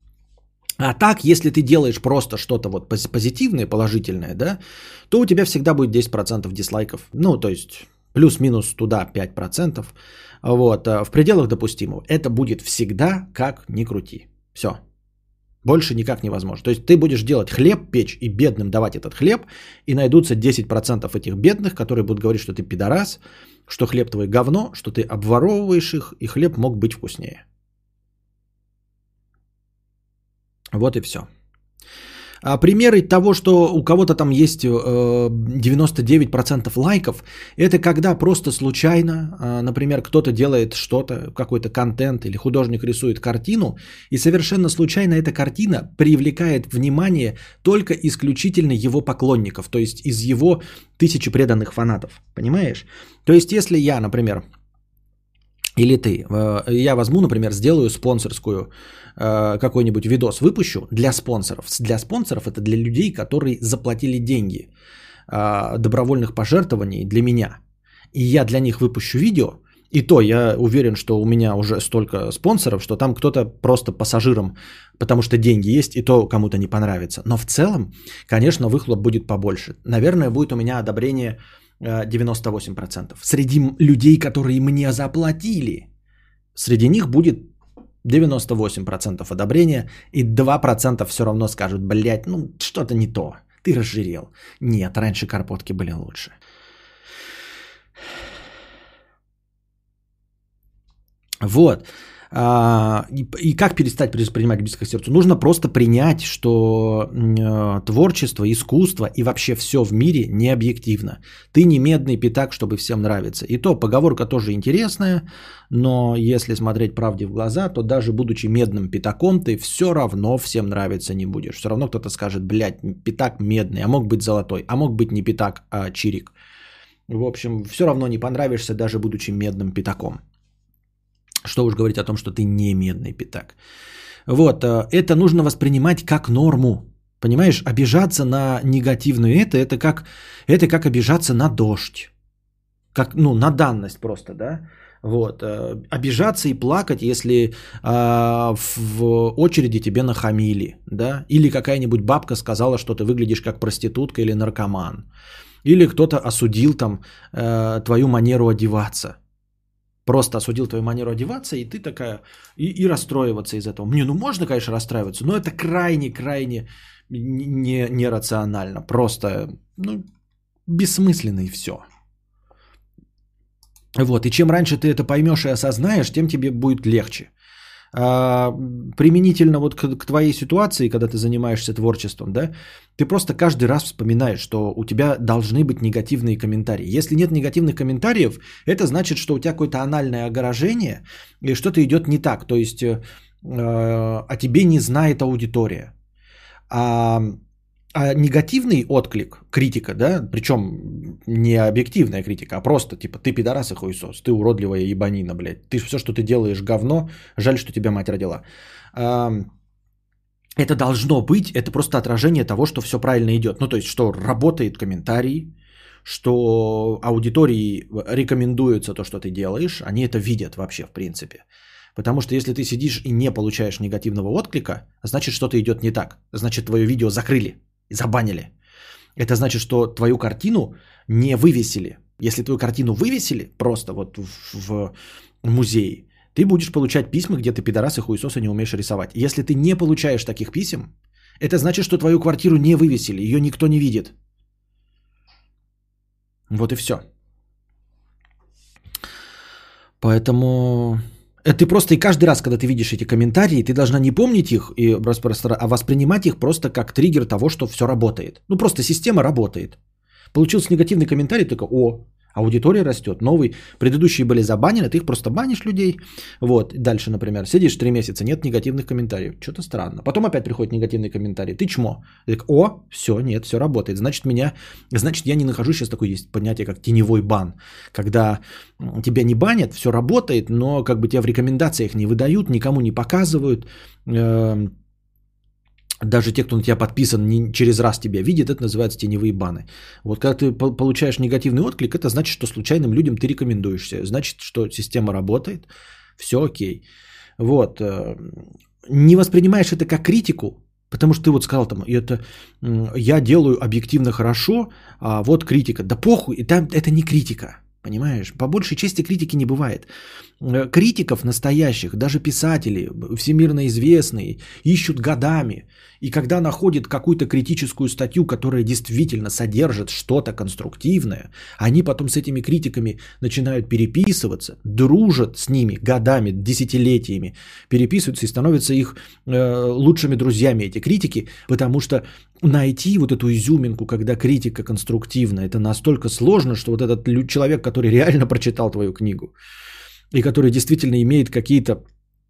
А так, если ты делаешь просто что-то вот позитивное, положительное, да, то у тебя всегда будет 10% дизлайков. Ну, то есть плюс-минус туда 5%. Вот, в пределах допустимого. Это будет всегда, как ни крути. Все. Больше никак невозможно. То есть ты будешь делать хлеб, печь и бедным давать этот хлеб, и найдутся 10% этих бедных, которые будут говорить, что ты пидорас, что хлеб твой говно, что ты обворовываешь их, и хлеб мог быть вкуснее. Вот и все. А примеры того, что у кого-то там есть 99% лайков, это когда просто случайно, например, кто-то делает что-то, какой-то контент или художник рисует картину, и совершенно случайно эта картина привлекает внимание только исключительно его поклонников, то есть из его 1000 преданных фанатов, понимаешь? То есть если я, например, или ты, я возьму, например, сделаю спонсорскую какой-нибудь видос выпущу для спонсоров. Для спонсоров это для людей, которые заплатили деньги, добровольных пожертвований для меня. И я для них выпущу видео, и то я уверен, что у меня уже столько спонсоров, что там кто-то просто пассажиром, потому что деньги есть, и то кому-то не понравится. Но в целом, конечно, выхлоп будет побольше. Наверное, будет у меня одобрение 98%. Среди людей, которые мне заплатили, среди них будет 98% одобрения, и 2% все равно скажут, блядь, ну что-то не то, ты разжирел. Нет, раньше карпотки были лучше. Вот. И как перестать воспринимать близко к сердцу? Нужно просто принять, что творчество, искусство и вообще все в мире не объективно. Ты не медный пятак, чтобы всем нравиться. И то поговорка тоже интересная, но если смотреть правде в глаза, то даже будучи медным пятаком, ты все равно всем нравиться не будешь. Все равно кто-то скажет, блядь, пятак медный, а мог быть золотой, а мог быть не пятак, а чирик. В общем, все равно не понравишься, даже будучи медным пятаком. Что уж говорить о том, что ты не медный пятак. Вот, это нужно воспринимать как норму. Понимаешь, обижаться на негативную это как обижаться на дождь. Как, ну, на данность просто, да. Вот, обижаться и плакать, если в очереди тебе нахамили, да. Или какая-нибудь бабка сказала, что ты выглядишь как проститутка или наркоман. Или кто-то осудил там твою манеру одеваться. Просто осудил твою манеру одеваться, и ты такая, и расстраиваться из этого. Мне, ну можно, конечно, расстраиваться, но это крайне нерационально. Просто, ну, бессмысленно и все. Вот, и чем раньше ты это поймешь и осознаешь, тем тебе будет легче. Применительно вот к твоей ситуации, когда ты занимаешься творчеством, да, ты просто каждый раз вспоминаешь, что у тебя должны быть негативные комментарии. Если нет негативных комментариев, это значит, что у тебя какое-то анальное огорожение и что-то идет не так. То есть о тебе не знает аудитория. А негативный отклик, критика, да, причем не объективная критика, а просто типа ты пидорас и хуесос, ты уродливая ебанина, блядь, ты все, что ты делаешь, говно, жаль, что тебя мать родила. Это должно быть, это просто отражение того, что все правильно идет. Ну, то есть, что работает комментарий, что аудитории рекомендуется то, что ты делаешь, они это видят вообще в принципе. Потому что если ты сидишь и не получаешь негативного отклика, значит, что-то идет не так. Значит, твое видео закрыли. Забанили. Это значит, что твою картину не вывесили. Если твою картину вывесили просто вот в музее, ты будешь получать письма, где ты пидорас и хуесос и не умеешь рисовать. Если ты не получаешь таких писем, это значит, что твою квартиру не вывесили, ее никто не видит. Вот и все. Поэтому... Ты просто и каждый раз, когда ты видишь эти комментарии, ты должна не помнить их, а воспринимать их просто как триггер того, что все работает. Ну, просто система работает. Получился негативный комментарий, только аудитория растет, новый. Предыдущие были забанены, ты их просто банишь людей. Вот, дальше, например, сидишь 3 месяца, нет негативных комментариев. Что-то странно. Потом опять приходит негативный комментарий. Ты чмо. Ты так, все, нет, все работает. Значит, я не нахожусь, сейчас такое есть понятие, как теневой бан. Когда тебя не банят, все работает, но как бы тебя в рекомендациях не выдают, никому не показывают. Даже те, кто на тебя подписан, через раз тебя видит, это называется теневые баны. Вот когда ты получаешь негативный отклик, это значит, что случайным людям ты рекомендуешься. Значит, что система работает, все окей. Вот. Не воспринимаешь это как критику, потому что ты вот сказал там, я делаю объективно хорошо, а вот критика. Да похуй, это не критика. Понимаешь? По большей части критики не бывает. Критиков настоящих, даже писатели, всемирно известные, ищут годами. И когда находят какую-то критическую статью, которая действительно содержит что-то конструктивное, они потом с этими критиками начинают переписываться, дружат с ними годами, десятилетиями, переписываются и становятся их лучшими друзьями, эти критики, потому что найти вот эту изюминку, когда критика конструктивна, это настолько сложно, что вот этот человек, который реально прочитал твою книгу и который действительно имеет какие-то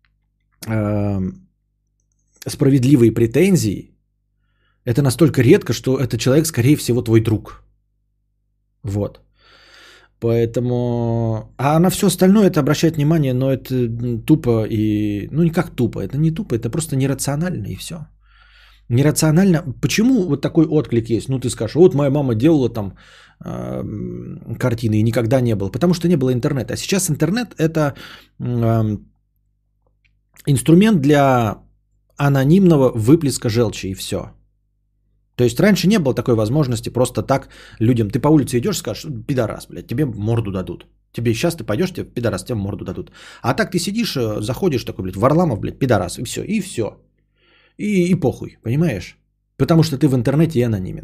справедливые претензии, это настолько редко, что этот человек, скорее всего, твой друг. Вот. Поэтому... А на все остальное это обращает внимание, но это тупо и... Ну, не как тупо, это не тупо, это просто нерационально и все. Нерационально. Почему вот такой отклик есть? Ну, ты скажешь, вот моя мама делала там картины и никогда не было. Потому что не было интернета. А сейчас интернет это инструмент для анонимного выплеска желчи и все. То есть раньше не было такой возможности просто так людям. Ты по улице идешь, скажешь, пидорас, блядь, тебе морду дадут. Тебе сейчас ты пойдешь, тебе пидорас, тебе морду дадут. А так ты сидишь, заходишь такой, блядь, Варламов, блядь, пидорас, и все, и все. И похуй, понимаешь? Потому что ты в интернете и анонимен.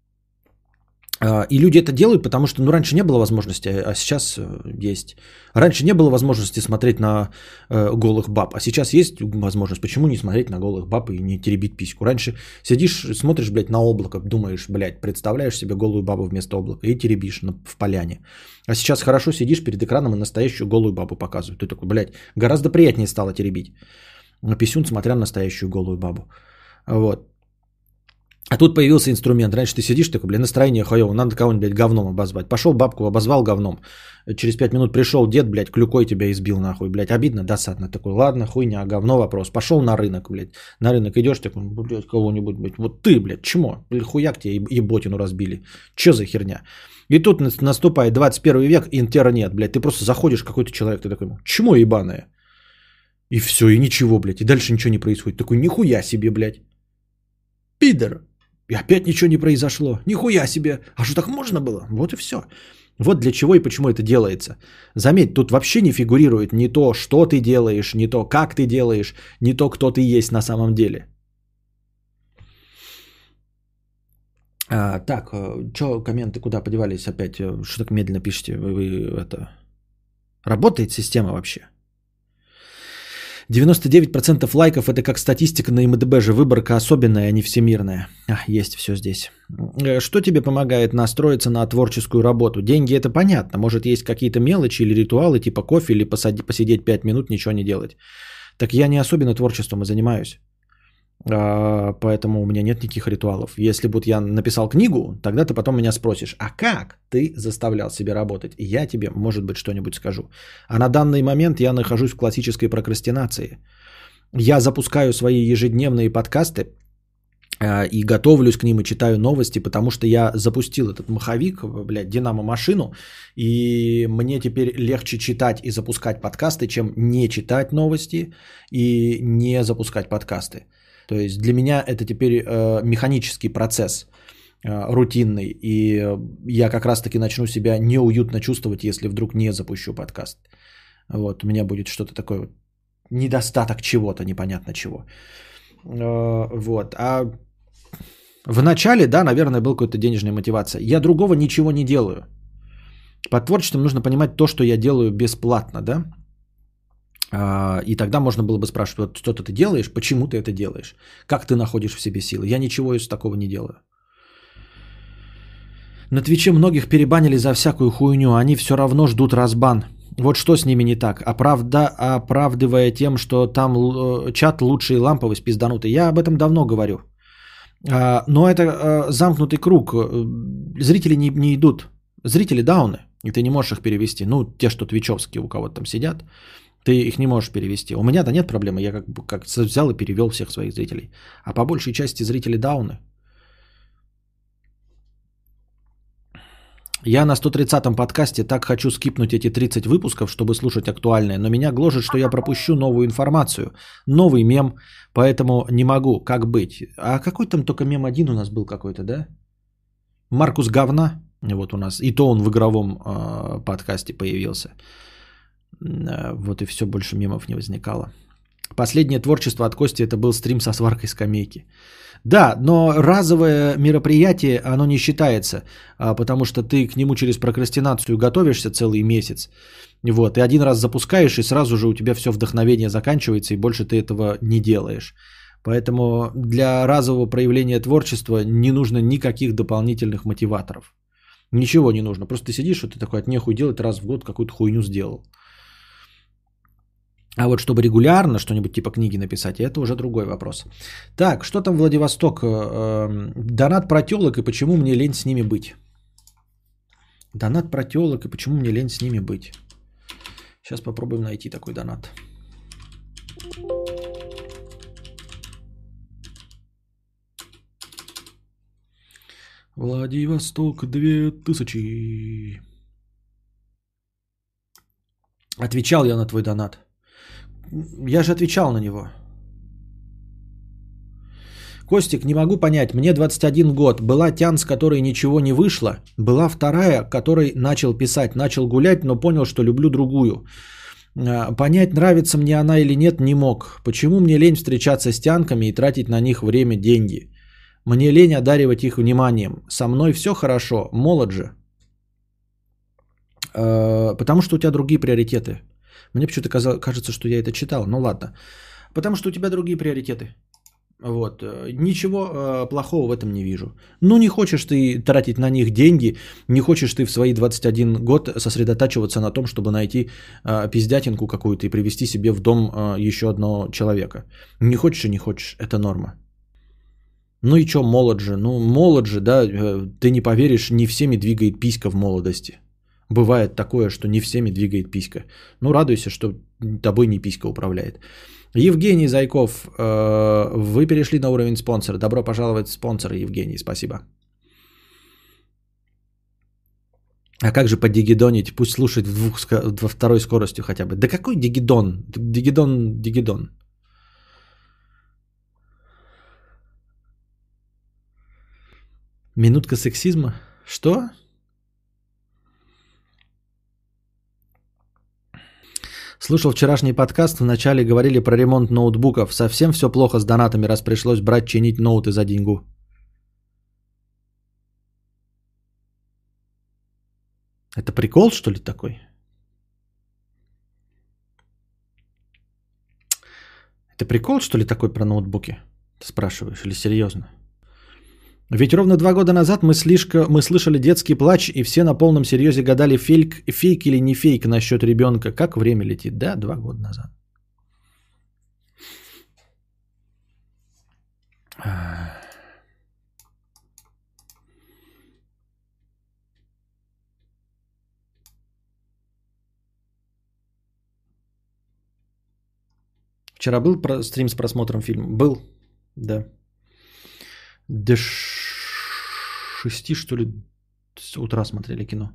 И люди это делают, потому что раньше не было возможности, а сейчас есть. Раньше не было возможности смотреть на голых баб, а сейчас есть возможность. Почему не смотреть на голых баб и не теребить письку? Раньше сидишь, смотришь, блядь, на облако, думаешь, блядь, представляешь себе голую бабу вместо облака и теребишь в поляне. А сейчас хорошо сидишь перед экраном и настоящую голую бабу показывают. Ты такой, блядь, гораздо приятнее стало теребить на писюн, смотря на настоящую голую бабу. Вот. А тут появился инструмент. Раньше ты сидишь такой, блядь, настроение хуёво, надо кого-нибудь, блядь, говном обозвать. Пошел бабку обозвал говном. Через 5 минут пришел дед, блядь, клюкой тебя избил нахуй, блядь. Обидно, досадно. Такой, ладно, хуйня, говно вопрос. Пошел на рынок, блядь. На рынок идешь, такой, блядь, кого-нибудь, блядь. Вот ты, блядь, чмо? Хуяк тебе еботину разбили. Че за херня? И тут наступает 21 век, интернет, блядь. Ты просто заходишь, какой-то человек, ты такой, чмо ебаное? И все, и ничего, блядь. И дальше ничего не происходит. Такой, нихуя себе, блядь. Пидор. И опять ничего не произошло. Нихуя себе. А что так можно было? Вот и все. Вот для чего и почему это делается. Заметь, тут вообще не фигурирует ни то, что ты делаешь, ни то, как ты делаешь, ни то, кто ты есть на самом деле. Так, что комменты куда подевались опять? Что так медленно пишете? Вы это... Работает система вообще? 99% лайков это как статистика на МДБ же, выборка особенная, а не всемирная. Есть все здесь. Что тебе помогает настроиться на творческую работу? Деньги это понятно, может есть какие-то мелочи или ритуалы типа кофе или посидеть 5 минут, ничего не делать. Так я не особенно творчеством и занимаюсь. Поэтому у меня нет никаких ритуалов. Если бы я написал книгу, тогда ты потом меня спросишь, а как ты заставлял себя работать? И я тебе, может быть, что-нибудь скажу. А на данный момент я нахожусь в классической прокрастинации. Я запускаю свои ежедневные подкасты и готовлюсь к ним и читаю новости, потому что я запустил этот маховик, блядь, динамо-машину, и мне теперь легче читать и запускать подкасты, чем не читать новости и не запускать подкасты. То есть для меня это теперь механический процесс, рутинный, и я как раз-таки начну себя неуютно чувствовать, если вдруг не запущу подкаст. Вот, у меня будет что-то такое, вот, недостаток чего-то, непонятно чего. Вот, а в начале, да, наверное, была какая-то денежная мотивация. Я другого ничего не делаю. Под творчеством нужно понимать то, что я делаю бесплатно, да. И тогда можно было бы спрашивать, вот что-то ты делаешь, почему ты это делаешь, как ты находишь в себе силы. Я ничего из такого не делаю. На Твиче многих перебанили за всякую хуйню, они все равно ждут разбан. Вот что с ними не так, оправдывая тем, что там чат лучший ламповый, пизданутый. Я об этом давно говорю. Но это замкнутый круг. Зрители не идут. Зрители дауны, и ты не можешь их перевести. Ну, те, что твичевские у кого-то там сидят. Ты их не можешь перевести. У меня-то нет проблемы. Я как взял и перевел всех своих зрителей. А по большей части зрители дауны. Я на 130-м подкасте так хочу скипнуть эти 30 выпусков, чтобы слушать актуальное. Но меня гложет, что я пропущу новую информацию. Новый мем. Поэтому не могу. Как быть? А какой там только мем один у нас был какой-то, да? Маркус говна. Вот у нас. И то он в игровом подкасте появился. Вот и все, больше мемов не возникало. Последнее творчество от Кости это был стрим со сваркой скамейки. Да, но разовое мероприятие, оно не считается, потому что ты к нему через прокрастинацию готовишься целый месяц. Вот, и один раз запускаешь, и сразу же у тебя все вдохновение заканчивается, и больше ты этого не делаешь. Поэтому для разового проявления творчества не нужно никаких дополнительных мотиваторов. Ничего не нужно. Просто ты сидишь, вот ты такой от нехуй делать, раз в год какую-то хуйню сделал. А вот чтобы регулярно что-нибудь типа книги написать, это уже другой вопрос. Так, что там Владивосток? Донат про тёлок и почему мне лень с ними быть? Донат про тёлок и почему мне лень с ними быть? Сейчас попробуем найти такой донат. Владивосток 2000. Отвечал я на твой донат. Я же отвечал на него. Костик, не могу понять. Мне 21 год. Была тян, с которой ничего не вышло. Была вторая, которой начал писать. Начал гулять, но понял, что люблю другую. Понять, нравится мне она или нет, не мог. Почему мне лень встречаться с тянками и тратить на них время, деньги? Мне лень одаривать их вниманием. Со мной все хорошо. Молод же. Потому что у тебя другие приоритеты. Мне почему-то кажется, что я это читал. Ну ладно. Потому что у тебя другие приоритеты. Вот. Ничего плохого в этом не вижу. Ну не хочешь ты тратить на них деньги, не хочешь ты в свои 21 год сосредотачиваться на том, чтобы найти пиздятинку какую-то и привести себе в дом еще одного человека. Не хочешь и не хочешь. Это норма. Ну и что, молод же? Ну молод же, да, ты не поверишь, не всеми двигает писька в молодости. Бывает такое, что не всеми двигает писька. Ну, радуйся, что тобой не писька управляет. Евгений Зайков, вы перешли на уровень спонсора. Добро пожаловать в спонсоры, Евгений, спасибо. А как же подигидонить? Пусть слушает во второй скоростью хотя бы. Да какой дигидон? Дигидон. Минутка сексизма? Что? Слушал вчерашний подкаст, вначале говорили про ремонт ноутбуков. Совсем все плохо с донатами, раз пришлось брать чинить ноуты за деньгу. Это прикол, что ли, такой? Это прикол, что ли, такой про ноутбуки? Ты спрашиваешь, или серьезно? Ведь ровно 2 года назад мы слышали детский плач, и все на полном серьезе гадали, фейк или не фейк насчет ребенка. Как время летит? Да, 2 года назад. Вчера был стрим с просмотром фильма? Был, да. До 6, что ли, с утра смотрели кино.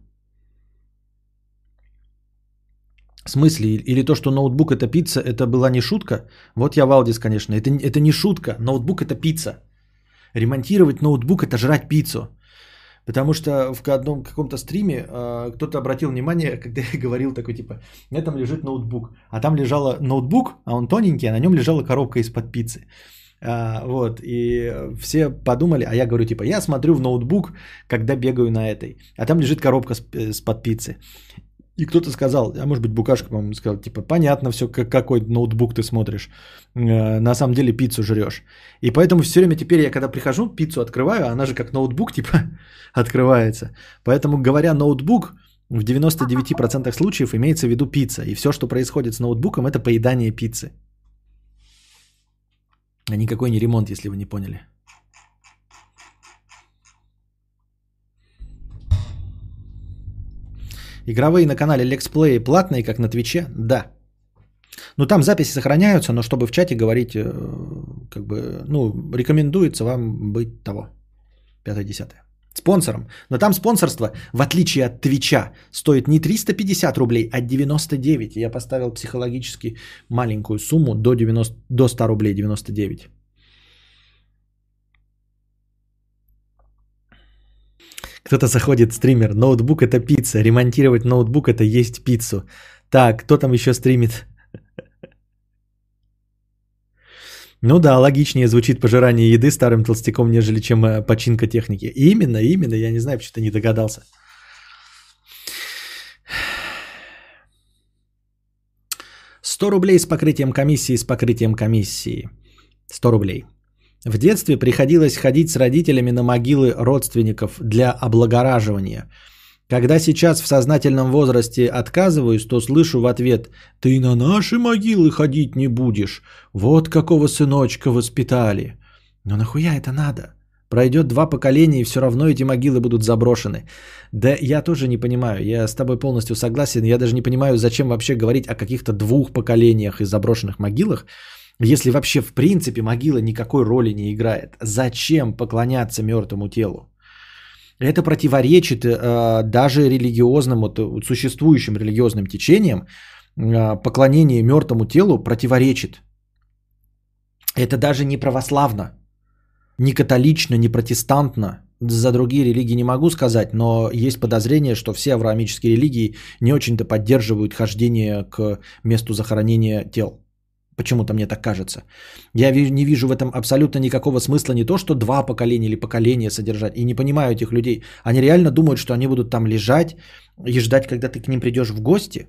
В смысле? Или то, что ноутбук это пицца, это была не шутка? Вот я Валдис, конечно. Это не шутка. Ноутбук это пицца. Ремонтировать ноутбук это жрать пиццу. Потому что в каком-то стриме кто-то обратил внимание, когда я говорил такой типа, у меня там лежит ноутбук. А там лежал ноутбук, а он тоненький, а на нем лежала коробка из-под пиццы. Вот, и все подумали, а я говорю, типа, я смотрю в ноутбук, когда бегаю на этой, а там лежит коробка с под пиццы. И кто-то сказал, а может быть Букашка, по-моему, сказал, типа, понятно все, какой ноутбук ты смотришь, на самом деле пиццу жрешь. И поэтому все время теперь я, когда прихожу, пиццу открываю, она же как ноутбук, типа, открывается. Поэтому, говоря ноутбук, в 99% случаев имеется в виду пицца. И все, что происходит с ноутбуком, это поедание пиццы. А никакой не ремонт, если вы не поняли. Игровые на канале Lexplay платные, как на Твиче? Да. Ну, там записи сохраняются, но чтобы в чате говорить, как бы, ну, рекомендуется вам быть того, 5-10. Спонсором. Но там спонсорство, в отличие от Твича, стоит не 350 рублей, а 99. Я поставил психологически маленькую сумму до 100 рублей 99. Кто-то заходит, стример, ноутбук это пицца, ремонтировать ноутбук это есть пиццу. Так, кто там еще стримит? Ну да, логичнее звучит пожирание еды старым толстяком, нежели чем починка техники. Именно, я не знаю, почему ты не догадался. 100 рублей с покрытием комиссии. 100 рублей. В детстве приходилось ходить с родителями на могилы родственников для облагораживания. Когда сейчас в сознательном возрасте отказываюсь, то слышу в ответ: «Ты на наши могилы ходить не будешь. Вот какого сыночка воспитали». Но нахуя это надо? Пройдет 2 поколения, и все равно эти могилы будут заброшены. Да я тоже не понимаю, я с тобой полностью согласен. Я даже не понимаю, зачем вообще говорить о каких-то 2 поколениях и заброшенных могилах, если вообще в принципе могила никакой роли не играет. Зачем поклоняться мертвому телу? Это противоречит даже религиозным, вот, существующим религиозным течениям. Поклонение мертвому телу противоречит. Это даже не православно, не католично, не протестантно. За другие религии не могу сказать, но есть подозрение, что все авраамические религии не очень-то поддерживают хождение к месту захоронения тел. Почему-то мне так кажется. Я не вижу в этом абсолютно никакого смысла, не то, что 2 поколения или поколения содержать. И не понимаю этих людей. Они реально думают, что они будут там лежать и ждать, когда ты к ним придешь в гости.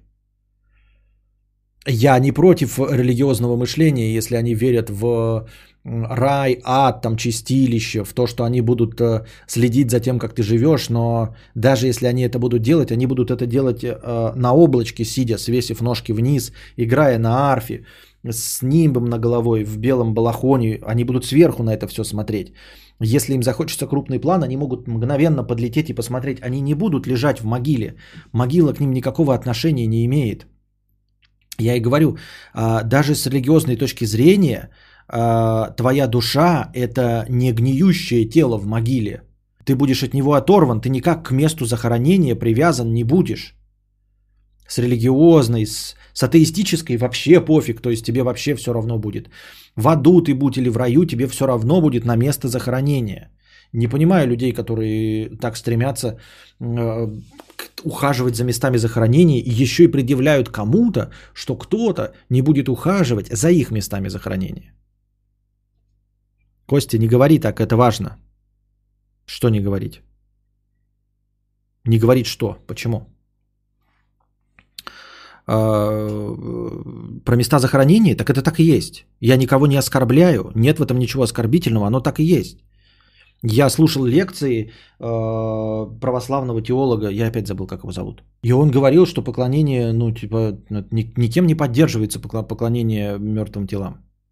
Я не против религиозного мышления, если они верят в рай, ад, там, чистилище, в то, что они будут следить за тем, как ты живешь. Но даже если они это будут делать, они будут это делать на облачке, сидя, свесив ножки вниз, играя на арфе, с нимбом на головой, в белом балахоне. Они будут сверху на это все смотреть. Если им захочется крупный план, они могут мгновенно подлететь и посмотреть. Они не будут лежать в могиле. Могила к ним никакого отношения не имеет. Я и говорю, даже с религиозной точки зрения, твоя душа – это не гниющее тело в могиле. Ты будешь от него оторван, ты никак к месту захоронения привязан не будешь. С религиозной, с атеистической вообще пофиг, то есть тебе вообще все равно будет. В аду ты будь или в раю, тебе все равно будет на место захоронения. Не понимаю людей, которые так стремятся ухаживать за местами захоронения и еще и предъявляют кому-то, что кто-то не будет ухаживать за их местами захоронения. Костя, не говори так, это важно. Что не говорить? Не говорить что? Почему? Про места захоронения? Так это так и есть. Я никого не оскорбляю, нет в этом ничего оскорбительного, оно так и есть. Я слушал лекции православного теолога, я опять забыл, как его зовут. И он говорил, что поклонение, никем не поддерживается поклонение мертвым телам.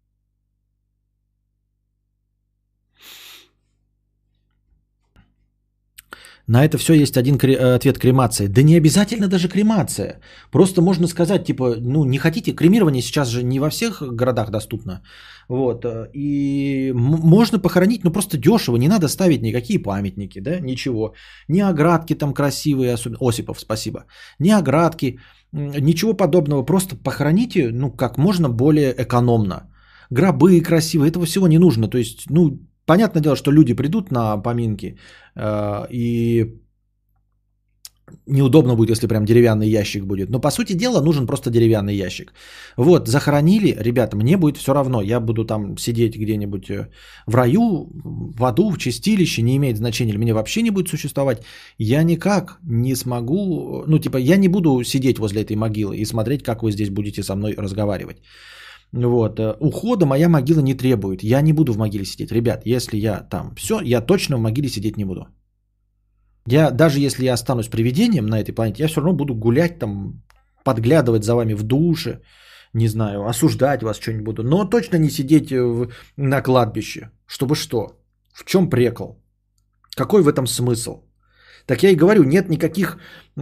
На это все есть один ответ: кремация. Да не обязательно даже кремация. Просто можно сказать, не хотите, кремирование сейчас же не во всех городах доступно. Вот. И можно похоронить, просто дешево, не надо ставить никакие памятники, да, ничего. Ни оградки там красивые, особенно Осипов, спасибо. Ни оградки, ничего подобного. Просто похороните, как можно более экономно. Гробы красивые, этого всего не нужно. То есть, понятное дело, что люди придут на поминки, и неудобно будет, если прям деревянный ящик будет. Но по сути дела нужен просто деревянный ящик. Вот, захоронили, ребята, мне будет все равно. Я буду там сидеть где-нибудь в раю, в аду, в чистилище, не имеет значения. Или мне вообще не будет существовать. Я никак не смогу, я не буду сидеть возле этой могилы и смотреть, как вы здесь будете со мной разговаривать. Вот. Ухода моя могила не требует. Я не буду в могиле сидеть. Ребят, если я там все, я точно в могиле сидеть не буду. Даже если я останусь привидением на этой планете, я все равно буду гулять там, подглядывать за вами в душе, не знаю, осуждать вас что-нибудь буду. Но точно не сидеть на кладбище. Чтобы что? В чем прикол? Какой в этом смысл? Так я и говорю, нет никаких...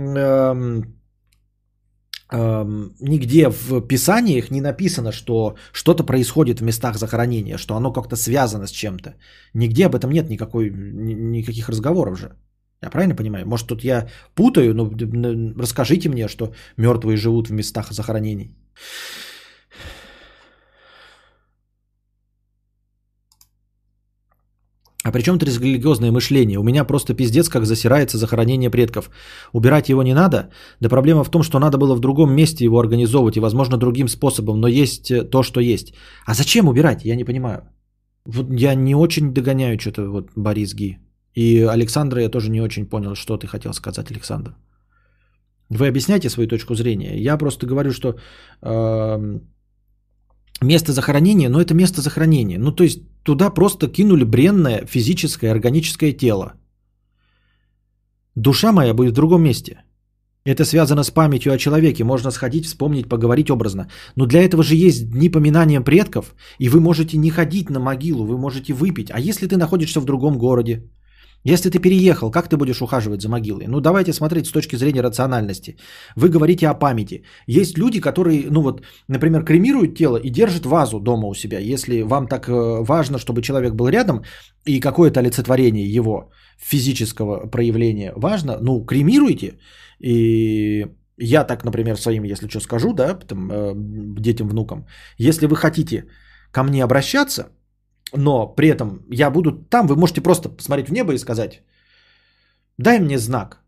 нигде в писаниях не написано, что что-то происходит в местах захоронения, что оно как-то связано с чем-то. Нигде об этом нет никаких разговоров же. Я правильно понимаю? Может, тут я путаю, но расскажите мне, что мертвые живут в местах захоронений. А при чем тут религиозное мышление? У меня просто пиздец, как засирается захоронение предков. Убирать его не надо? Да проблема в том, что надо было в другом месте его организовывать и, возможно, другим способом, но есть то, что есть. А зачем убирать? Я не понимаю. Вот я не очень догоняю что-то, вот, Борис Ги. И Александра я тоже не очень понял, что ты хотел сказать, Александр. Вы объясняйте свою точку зрения. Я просто говорю, что место захоронения, ну это место захоронения. Ну то есть туда просто кинули бренное физическое, органическое тело. Душа моя будет в другом месте. Это связано с памятью о человеке. Можно сходить, вспомнить, поговорить образно. Но для этого же есть дни поминания предков, и вы можете не ходить на могилу, вы можете выпить. А если ты находишься в другом городе? Если ты переехал, как ты будешь ухаживать за могилой? Ну, давайте смотреть с точки зрения рациональности. Вы говорите о памяти. Есть люди, которые, ну вот, например, кремируют тело и держат вазу дома у себя. Если вам так важно, чтобы человек был рядом, и какое-то олицетворение его физического проявления важно, ну, кремируйте. И я так, например, своим, если что, скажу, да, там, детям, внукам. Если вы хотите ко мне обращаться, но при этом я буду там, вы можете просто посмотреть в небо и сказать: дай мне знак,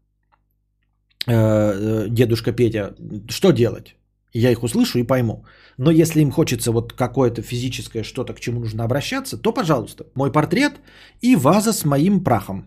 дедушка Петя, что делать? Я их услышу и пойму. Но если им хочется вот какое-то физическое что-то, к чему нужно обращаться, то, пожалуйста, мой портрет и ваза с моим прахом.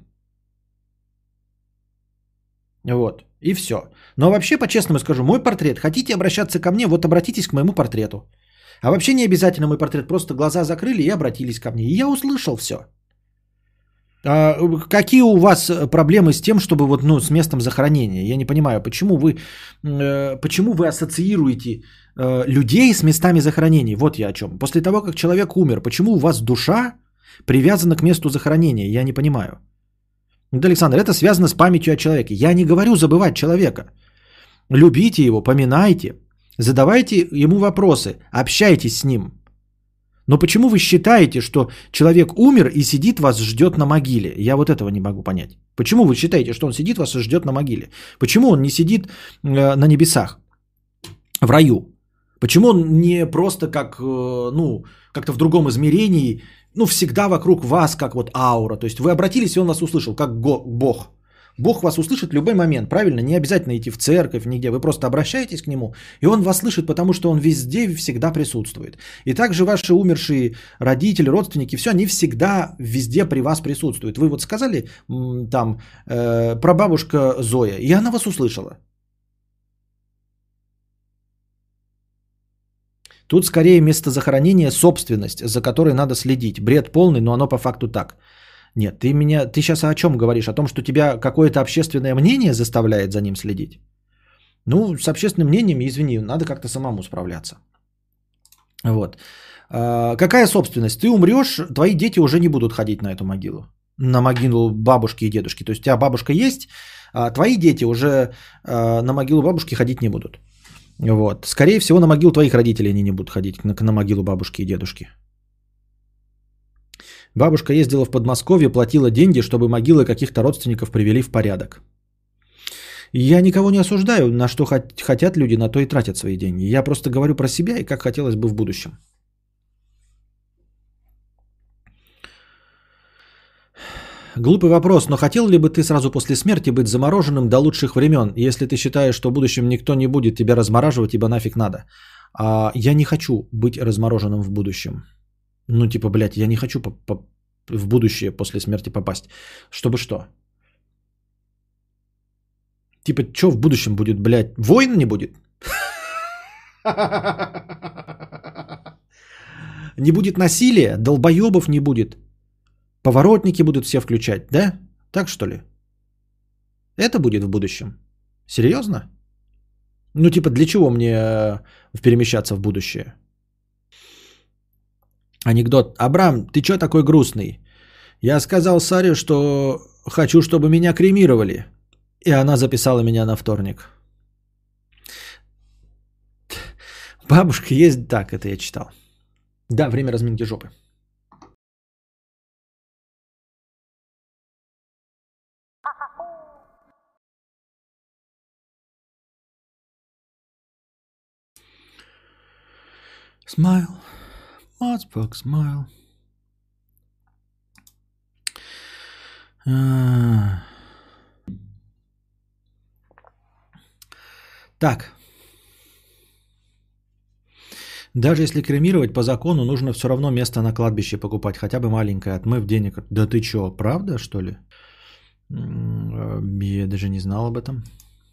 Вот, и все. Но вообще, по-честному скажу, мой портрет, хотите обращаться ко мне, вот обратитесь к моему портрету. А вообще не обязательно мой портрет, просто глаза закрыли и обратились ко мне. И я услышал все. А какие у вас проблемы с тем, чтобы вот, ну, с местом захоронения? Я не понимаю, почему вы ассоциируете людей с местами захоронения? Вот я о чем. После того, как человек умер, почему у вас душа привязана к месту захоронения? Я не понимаю. Да, Александр, это связано с памятью о человеке. Я не говорю забывать человека. Любите его, поминайте. Задавайте ему вопросы, общайтесь с ним. Но почему вы считаете, что человек умер и сидит, вас ждет на могиле? Я вот этого не могу понять. Почему вы считаете, что он сидит, вас и ждет на могиле? Почему он не сидит на небесах, в раю? Почему он не просто как, ну, как-то в другом измерении, ну, всегда вокруг вас, как вот аура? То есть вы обратились, и он вас услышал, как Бог. Бог вас услышит в любой момент, правильно? Не обязательно идти в церковь, нигде. Вы просто обращаетесь к Нему, и Он вас слышит, потому что Он везде всегда присутствует. И также ваши умершие родители, родственники, все, они всегда везде при вас присутствуют. Вы вот сказали там прабабушка Зоя, и она вас услышала. Тут скорее место захоронения собственность, за которой надо следить. Бред полный, но оно по факту так. Нет, ты сейчас о чем говоришь? О том, что тебя какое-то общественное мнение заставляет за ним следить? Ну, с общественным мнением, извини, надо как-то самому справляться. Вот. Какая собственность? Ты умрешь, твои дети уже не будут ходить на эту могилу. На могилу бабушки и дедушки. То есть у тебя бабушка есть, а твои дети уже на могилу бабушки ходить не будут. Вот. Скорее всего, на могилу твоих родителей они не будут ходить, на могилу бабушки и дедушки. Бабушка ездила в Подмосковье, платила деньги, чтобы могилы каких-то родственников привели в порядок. Я никого не осуждаю, на что хотят люди, на то и тратят свои деньги. Я просто говорю про себя и как хотелось бы в будущем. Глупый вопрос, но хотел ли бы ты сразу после смерти быть замороженным до лучших времен, если ты считаешь, что в будущем никто не будет тебя размораживать, ибо нафиг надо? Я не хочу быть размороженным в будущем. Ну, типа, блядь, я не хочу в будущее после смерти попасть. Чтобы что? Типа, что в будущем будет, блядь? Войн не будет? Не будет насилия? Долбоебов не будет? Поворотники будут все включать, да? Так что ли? Это будет в будущем? Серьезно? Ну, типа, для чего мне перемещаться в будущее? Анекдот. Абрам, ты чё такой грустный? Я сказал Саре, что хочу, чтобы меня кремировали. И она записала меня на вторник. Бабушка есть... Так, это я читал. Да, время разминки жопы. Smile. Motherfucker, smile. Так. Даже если кремировать по закону, нужно все равно место на кладбище покупать, хотя бы маленькое, отмыв денег. Да ты чё, правда, что ли? Я даже не знал об этом.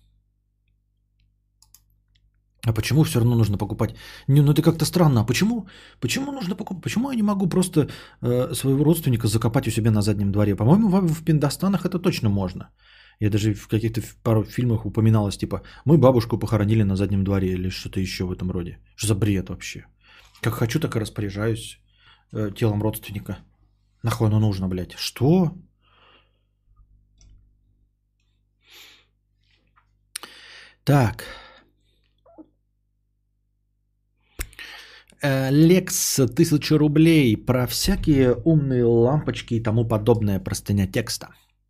А почему все равно нужно покупать? Не, ну это как-то странно. А почему? Почему нужно покупать? Почему я не могу просто своего родственника закопать у себя на заднем дворе? По-моему, в Пиндостанах это точно можно. Я даже в каких-то пару фильмах упоминалось, типа, мы бабушку похоронили на заднем дворе или что-то еще в этом роде. Что за бред вообще? Как хочу, так и распоряжаюсь телом родственника. Нахуй оно нужно, блядь? Что? Так. Лекс, 1000 рублей про всякие умные лампочки и тому подобное, простыня текста.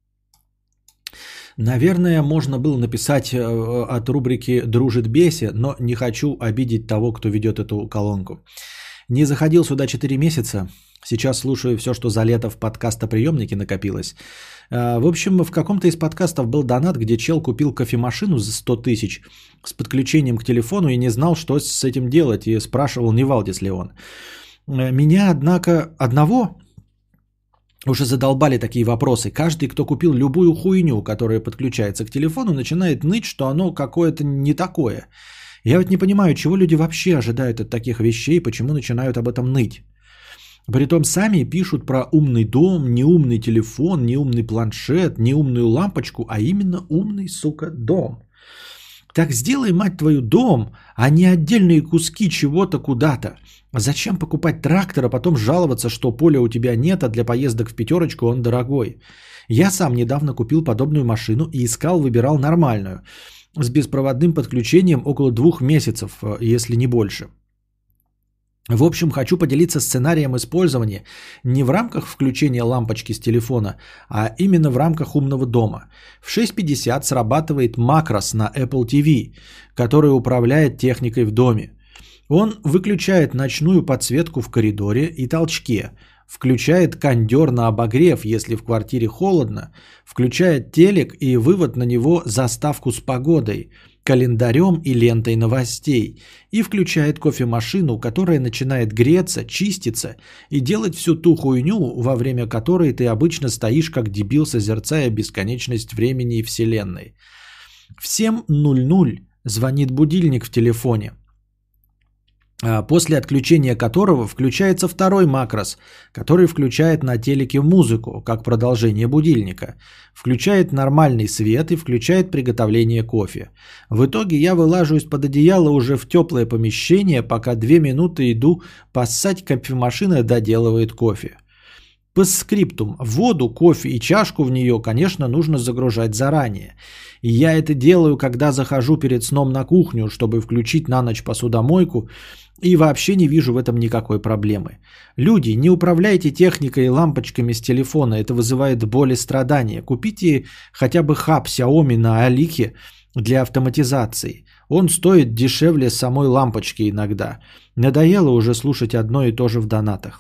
Наверное, можно было написать от рубрики «Дружит беси», но не хочу обидеть того, кто ведет эту колонку. Не заходил сюда 4 месяца. Сейчас слушаю все, что за лето в подкастоприемнике накопилось. В общем, в каком-то из подкастов был донат, где чел купил кофемашину за 100 тысяч с подключением к телефону и не знал, что с этим делать, и спрашивал, не Валдис ли он. Меня, однако, одного уже задолбали такие вопросы. Каждый, кто купил любую хуйню, которая подключается к телефону, начинает ныть, что оно какое-то не такое. Я вот не понимаю, чего люди вообще ожидают от таких вещей, почему начинают об этом ныть. Притом сами пишут про умный дом, неумный телефон, неумный планшет, неумную лампочку, а именно умный, сука, дом. Так сделай, мать твою, дом, а не отдельные куски чего-то куда-то. Зачем покупать трактор, а потом жаловаться, что поля у тебя нет, а для поездок в пятерочку он дорогой? Я сам недавно купил подобную машину и искал, выбирал нормальную. С беспроводным подключением около 2 месяцев, если не больше. В общем, хочу поделиться сценарием использования не в рамках включения лампочки с телефона, а именно в рамках умного дома. В 6:50 срабатывает макрос на Apple TV, который управляет техникой в доме. Он выключает ночную подсветку в коридоре и толчке, включает кондер на обогрев, если в квартире холодно, включает телек и вывод на него заставку с погодой, календарем и лентой новостей, и включает кофемашину, которая начинает греться, чиститься и делать всю ту хуйню, во время которой ты обычно стоишь как дебил, созерцая бесконечность времени и вселенной. В 7:00 звонит будильник в телефоне, после отключения которого включается второй макрос, который включает на телеке музыку, как продолжение будильника, включает нормальный свет и включает приготовление кофе. В итоге я вылажу из-под одеяла уже в теплое помещение, пока 2 минуты иду поссать, кофемашина доделывает кофе. По скриптум, воду, кофе и чашку в нее, конечно, нужно загружать заранее. И я это делаю, когда захожу перед сном на кухню, чтобы включить на ночь посудомойку, и вообще не вижу в этом никакой проблемы. Люди, не управляйте техникой и лампочками с телефона, это вызывает боль и страдания. Купите хотя бы хаб Xiaomi на Алике для автоматизации. Он стоит дешевле самой лампочки иногда. Надоело уже слушать одно и то же в донатах.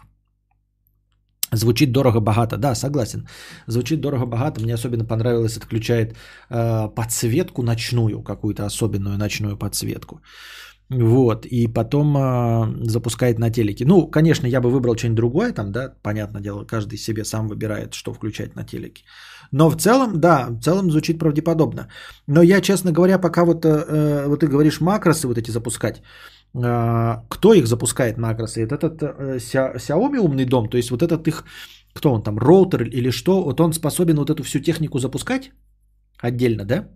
Звучит дорого-богато. Да, согласен. Звучит дорого-богато. Мне особенно понравилось, отключает подсветку ночную, какую-то особенную ночную подсветку. Вот. И потом запускает на телеке. Ну, конечно, я бы выбрал что-нибудь другое там, да, понятное дело, каждый себе сам выбирает, что включать на телеке. Но в целом, да, в целом звучит правдеподобно. Но я, честно говоря, пока вот ты говоришь макросы вот эти запускать, кто их запускает макросы? Это этот Xiaomi умный дом, то есть вот этот их, кто он там, роутер или что, вот он способен вот эту всю технику запускать отдельно, да?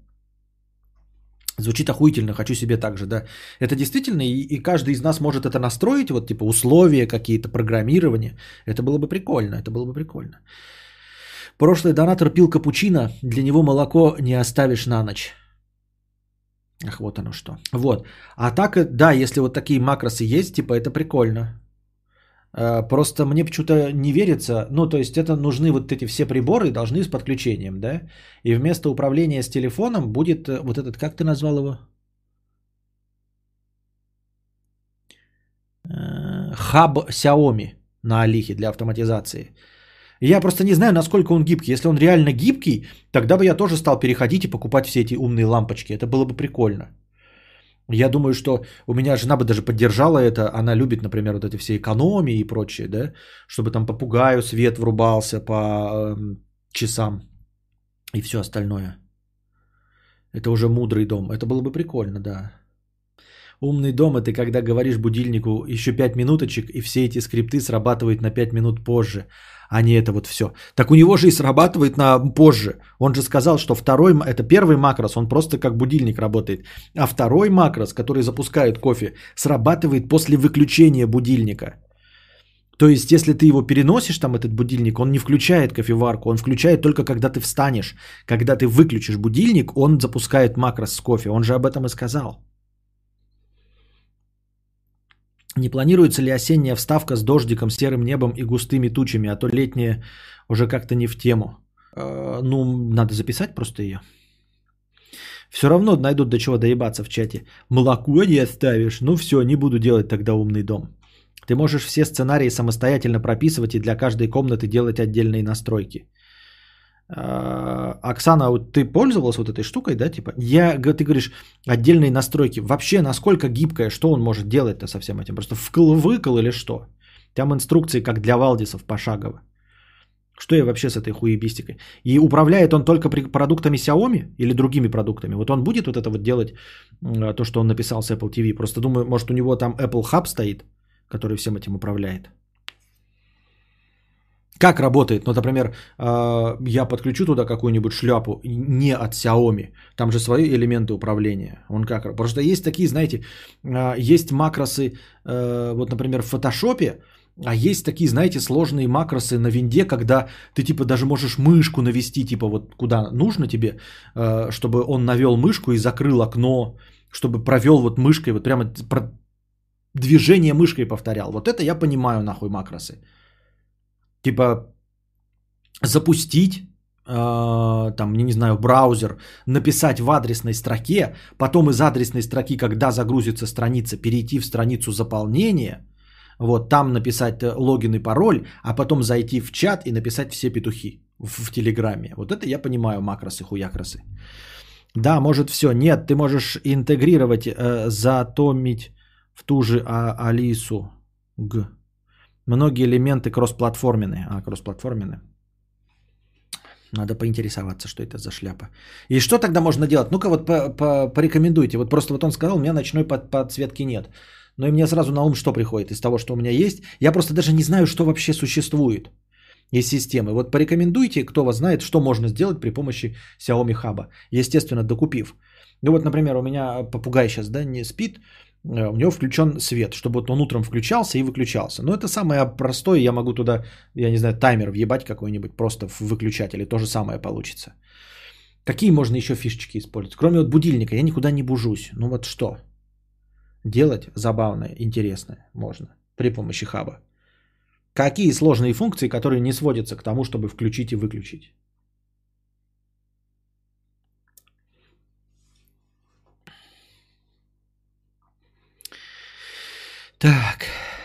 Звучит охуительно, хочу себе так же, да. Это действительно, и каждый из нас может это настроить, вот типа условия какие-то, программирование. Это было бы прикольно, это было бы прикольно. Прошлый донатор пил капучино, для него молоко не оставишь на ночь. Ах, вот оно что. Вот. А так, да, если вот такие макросы есть, типа это прикольно. Просто мне почему-то не верится. Ну, то есть это нужны вот эти все приборы, должны с подключением, да? И вместо управления с телефоном будет вот этот, как ты назвал его? Хаб Xiaomi на Алихе для автоматизации. Я просто не знаю, насколько он гибкий. Если он реально гибкий, тогда бы я тоже стал переходить и покупать все эти умные лампочки. Это было бы прикольно. Я думаю, что у меня жена бы даже поддержала это. Она любит, например, вот эти все экономии и прочее, да, чтобы там попугаю свет врубался по часам и все остальное. Это уже мудрый дом. Это было бы прикольно, да. Умный дом – это когда говоришь будильнику еще 5 минуточек, и все эти скрипты срабатывают на 5 минут позже, а не это вот все. Так у него же и срабатывает на позже. Он же сказал, что второй, это первый макрос, он просто как будильник работает. А второй макрос, который запускает кофе, срабатывает после выключения будильника. То есть, если ты его переносишь, там этот будильник, он не включает кофеварку, он включает только когда ты встанешь. Когда ты выключишь будильник, он запускает макрос с кофе. Он же об этом и сказал. Не планируется ли осенняя вставка с дождиком, серым небом и густыми тучами, а то летняя уже как-то не в тему? Ну, надо записать просто ее. Все равно найдут до чего доебаться в чате. Молоко не оставишь? Ну все, не буду делать тогда умный дом. Ты можешь все сценарии самостоятельно прописывать и для каждой комнаты делать отдельные настройки. Оксана, вот ты пользовалась вот этой штукой, да, типа? Ты говоришь, отдельные настройки. Вообще, насколько гибкая, что он может делать-то со всем этим? Просто вкл-выкл или что? Там инструкции, как для Валдисов, пошагово. Что я вообще с этой хуебистикой? И управляет он только продуктами Xiaomi или другими продуктами? Вот он будет вот это вот делать, то, что он написал с Apple TV? Просто думаю, может, у него там Apple Hub стоит, который всем этим управляет. Как работает? Ну, например, я подключу туда какую-нибудь шляпу не от Xiaomi. Там же свои элементы управления. Он как? Потому что есть такие, знаете, есть макросы, вот, например, в фотошопе, а есть такие, знаете, сложные макросы на винде, когда ты, типа, даже можешь мышку навести, типа, вот куда нужно тебе, чтобы он навел мышку и закрыл окно, чтобы провел вот мышкой, вот прямо движение мышкой повторял. Вот это я понимаю, нахуй, макросы. Типа запустить, там, не знаю, браузер, написать в адресной строке, потом из адресной строки, когда загрузится страница, перейти в страницу заполнения, вот там написать логин и пароль, а потом зайти в чат и написать все петухи в Телеграме. Вот это я понимаю, макросы, хуякросы. Да, может все. Нет, ты можешь интегрировать, затомить в ту же Алису. Многие элементы кроссплатформенные. Кроссплатформенные. Надо поинтересоваться, что это за шляпа. И что тогда можно делать? Ну-ка вот порекомендуйте. Вот просто вот он сказал, у меня ночной подсветки нет. Но и мне сразу на ум что приходит из того, что у меня есть. Я просто даже не знаю, что вообще существует из системы. Вот порекомендуйте, кто вас знает, что можно сделать при помощи Xiaomi Hub. Естественно, докупив. Ну вот, например, у меня попугай сейчас, да, не спит. У него включен свет, чтобы вот он утром включался и выключался. Но это самое простое, я могу туда, я не знаю, таймер въебать какой-нибудь просто в выключатель, и то же самое получится. Какие можно еще фишечки использовать? Кроме вот будильника, я никуда не бужусь. Ну вот что? Делать забавное, интересное можно при помощи хаба. Какие сложные функции, которые не сводятся к тому, чтобы включить и выключить? Так.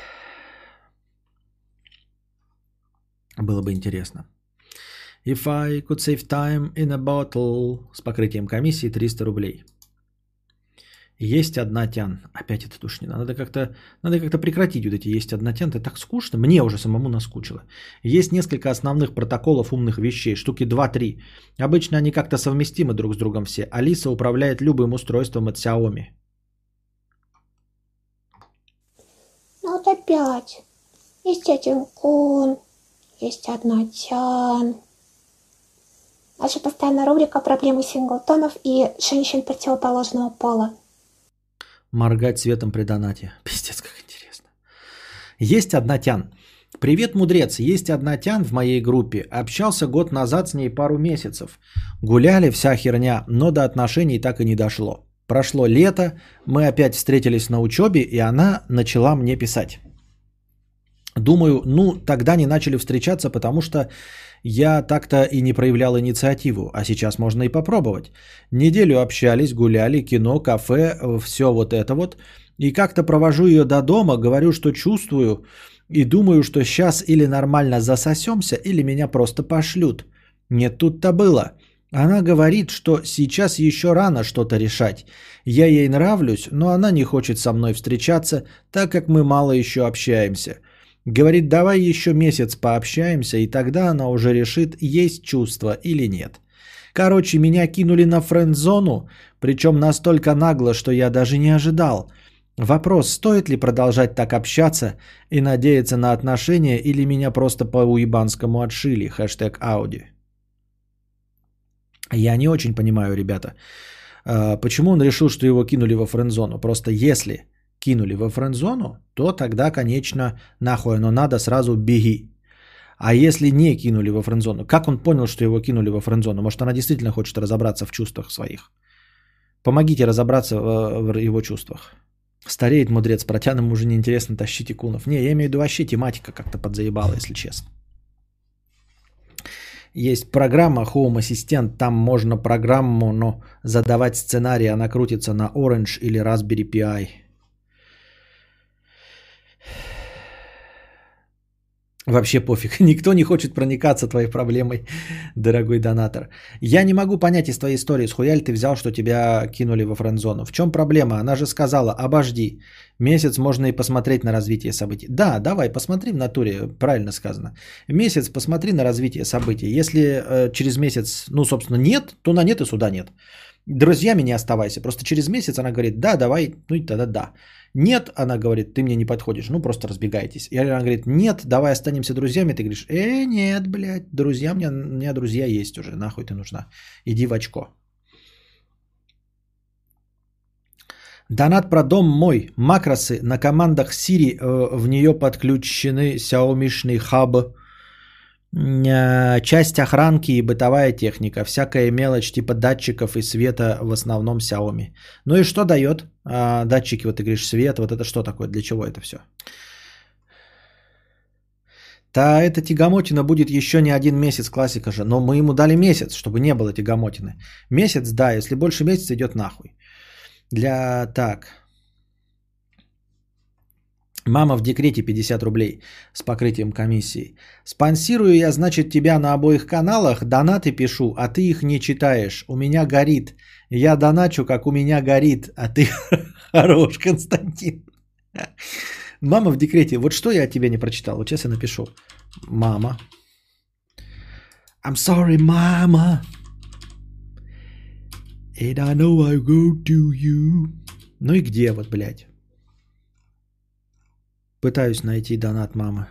Было бы интересно. If I could save time in a bottle. С покрытием комиссии 300 рублей. Есть одна тян. Опять это душнина. Надо как-то прекратить вот эти есть одна тян. Это так скучно. Мне уже самому наскучило. Есть несколько основных протоколов умных вещей. Штуки 2-3. Обычно они как-то совместимы друг с другом все. Алиса управляет любым устройством от Xiaomi. Ну вот опять. Есть один кун, есть одна тян. Наша постоянная рубрика «Проблемы синглтонов и женщин противоположного пола». Моргать светом при донате. Пиздец, как интересно. Есть одна тян. Привет, мудрец. Есть одна тян в моей группе. Общался год назад с ней пару месяцев. Гуляли, вся херня, но до отношений так и не дошло. Прошло лето, мы опять встретились на учебе, и она начала мне писать. Думаю, ну, тогда не начали встречаться, потому что я так-то и не проявлял инициативу, а сейчас можно и попробовать. Неделю общались, гуляли, кино, кафе, все вот это вот. И как-то провожу ее до дома, говорю, что чувствую, И думаю, что сейчас или нормально засосемся, или меня просто пошлют. Нет, тут-то было. Она говорит, что сейчас еще рано что-то решать. Я ей нравлюсь, но она не хочет со мной встречаться, так как мы мало еще общаемся. Говорит, давай еще месяц пообщаемся, и тогда она уже решит, есть чувства или нет. Короче, меня кинули на френд-зону, причем настолько нагло, что я даже не ожидал. Вопрос, стоит ли продолжать так общаться и надеяться на отношения, или меня просто по-уебанскому отшили, хэштег Ауди. Я не очень понимаю, ребята, почему он решил, что его кинули во френд-зону. Просто если кинули во френд-зону, то тогда, конечно, нахуй оно надо, сразу беги. А если не кинули во френд-зону, как он понял, что его кинули во френд-зону? Может, она действительно хочет разобраться в чувствах своих? Помогите разобраться в его чувствах. Стареет мудрец, протяному уже неинтересно тащить икунов. Не, я имею в виду вообще тематика как-то подзаебала, если честно. Есть программа Home Assistant, там можно программу задавать сценарий, она крутится на Orange или Raspberry Pi. Вообще пофиг, никто не хочет проникаться твоей проблемой, дорогой донатор. Я не могу понять из твоей истории, схуя ли ты взял, что тебя кинули во френд-зону. В чем проблема? Она же сказала, обожди, месяц можно и посмотреть на развитие событий. Да, давай, посмотри в натуре, правильно сказано. Месяц посмотри на развитие событий. Если через месяц, ну, собственно, нет, то на нет и сюда нет. Друзьями не оставайся. Просто через месяц она говорит, да, давай, ну и тогда да. Нет, она говорит, ты мне не подходишь, ну просто разбегайтесь. И она говорит, нет, давай останемся друзьями. Ты говоришь, нет, блядь, друзья, у меня друзья есть уже, нахуй ты нужна. Иди в очко. Донат про дом мой. Макросы на командах Siri, в нее подключены Xiaomi-шный хаб. Часть охранки и бытовая техника. Всякая мелочь типа датчиков и света, в основном Xiaomi. Ну и что дает? Датчики, вот ты говоришь, свет, вот это что такое? Для чего это все? Да, эта тягомотина будет еще не один месяц, классика же. Но мы ему дали месяц, чтобы не было тягомотины. Месяц, да, если больше месяца, идет нахуй. Так... Мама в декрете 50 рублей с покрытием комиссии. Спонсирую я, значит, тебя на обоих каналах, донаты пишу, а ты их не читаешь. У меня горит. Я доначу, как у меня горит, а ты хорош, Константин. Мама в декрете. Вот что я от тебя не прочитал? Вот сейчас я напишу. Мама. I'm sorry, mama. And I know I go to you. Ну и где вот, блядь? Пытаюсь найти донат мамы.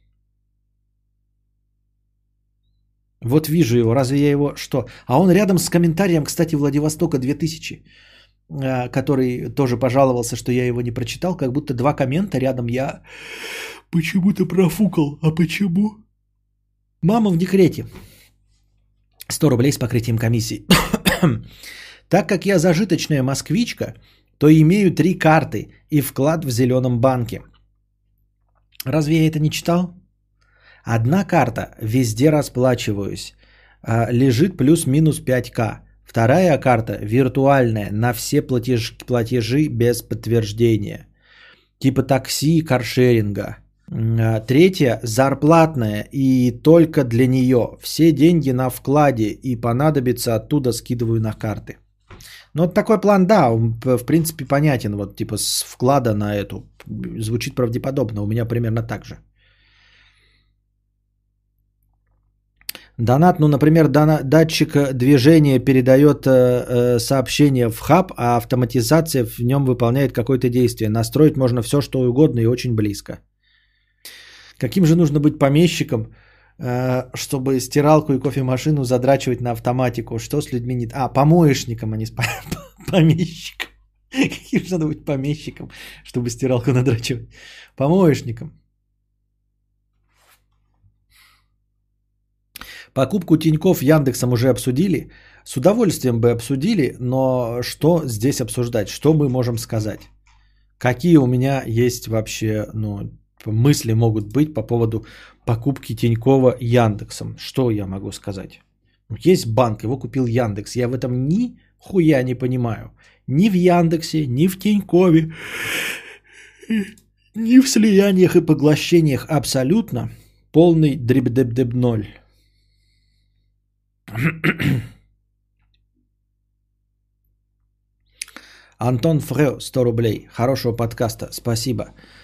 Вот вижу его. Разве я его... Что? А он рядом с комментарием, кстати, Владивостока 2000, который тоже пожаловался, что я его не прочитал. Как будто два коммента рядом я почему-то профукал. А почему? Мама в декрете. 100 рублей с покрытием комиссии. Так как я зажиточная москвичка, то имею 3 карты и вклад в зеленом банке. Разве я это не читал? Одна карта, везде расплачиваюсь, лежит плюс-минус 5К. Вторая карта виртуальная, на все платежи без подтверждения. Типа такси, каршеринга. Третья зарплатная и только для нее. Все деньги на вкладе и понадобится оттуда скидываю на карты. Ну, вот такой план, да, он, в принципе, понятен. Вот типа с вклада на эту. Звучит правдеподобно. У меня примерно так же. Донат, ну, например, датчик движения передает сообщение в хаб, а автоматизация в нем выполняет какое-то действие. Настроить можно все, что угодно и очень близко. Каким же нужно быть помещиком, чтобы стиралку и кофемашину задрачивать на автоматику? Что с людьми не... помоечником, а не с помещиком. Каким же надо быть помещиком, чтобы стиралку надрачивать? Помоечником. Покупку Тинькофф Яндексом уже обсудили. С удовольствием бы обсудили, но что здесь обсуждать? Что мы можем сказать? Какие у меня есть вообще мысли могут быть по поводу покупки Тинькова Яндексом? Что я могу сказать? Есть банк, его купил Яндекс. Я в этом ни хуя не понимаю. Ни в Яндексе, ни в Тинькове ни в слияниях и поглощениях абсолютно. Полный дреб-деб-деб-ноль. Антон Фрео, 100 рублей. Хорошего подкаста, спасибо.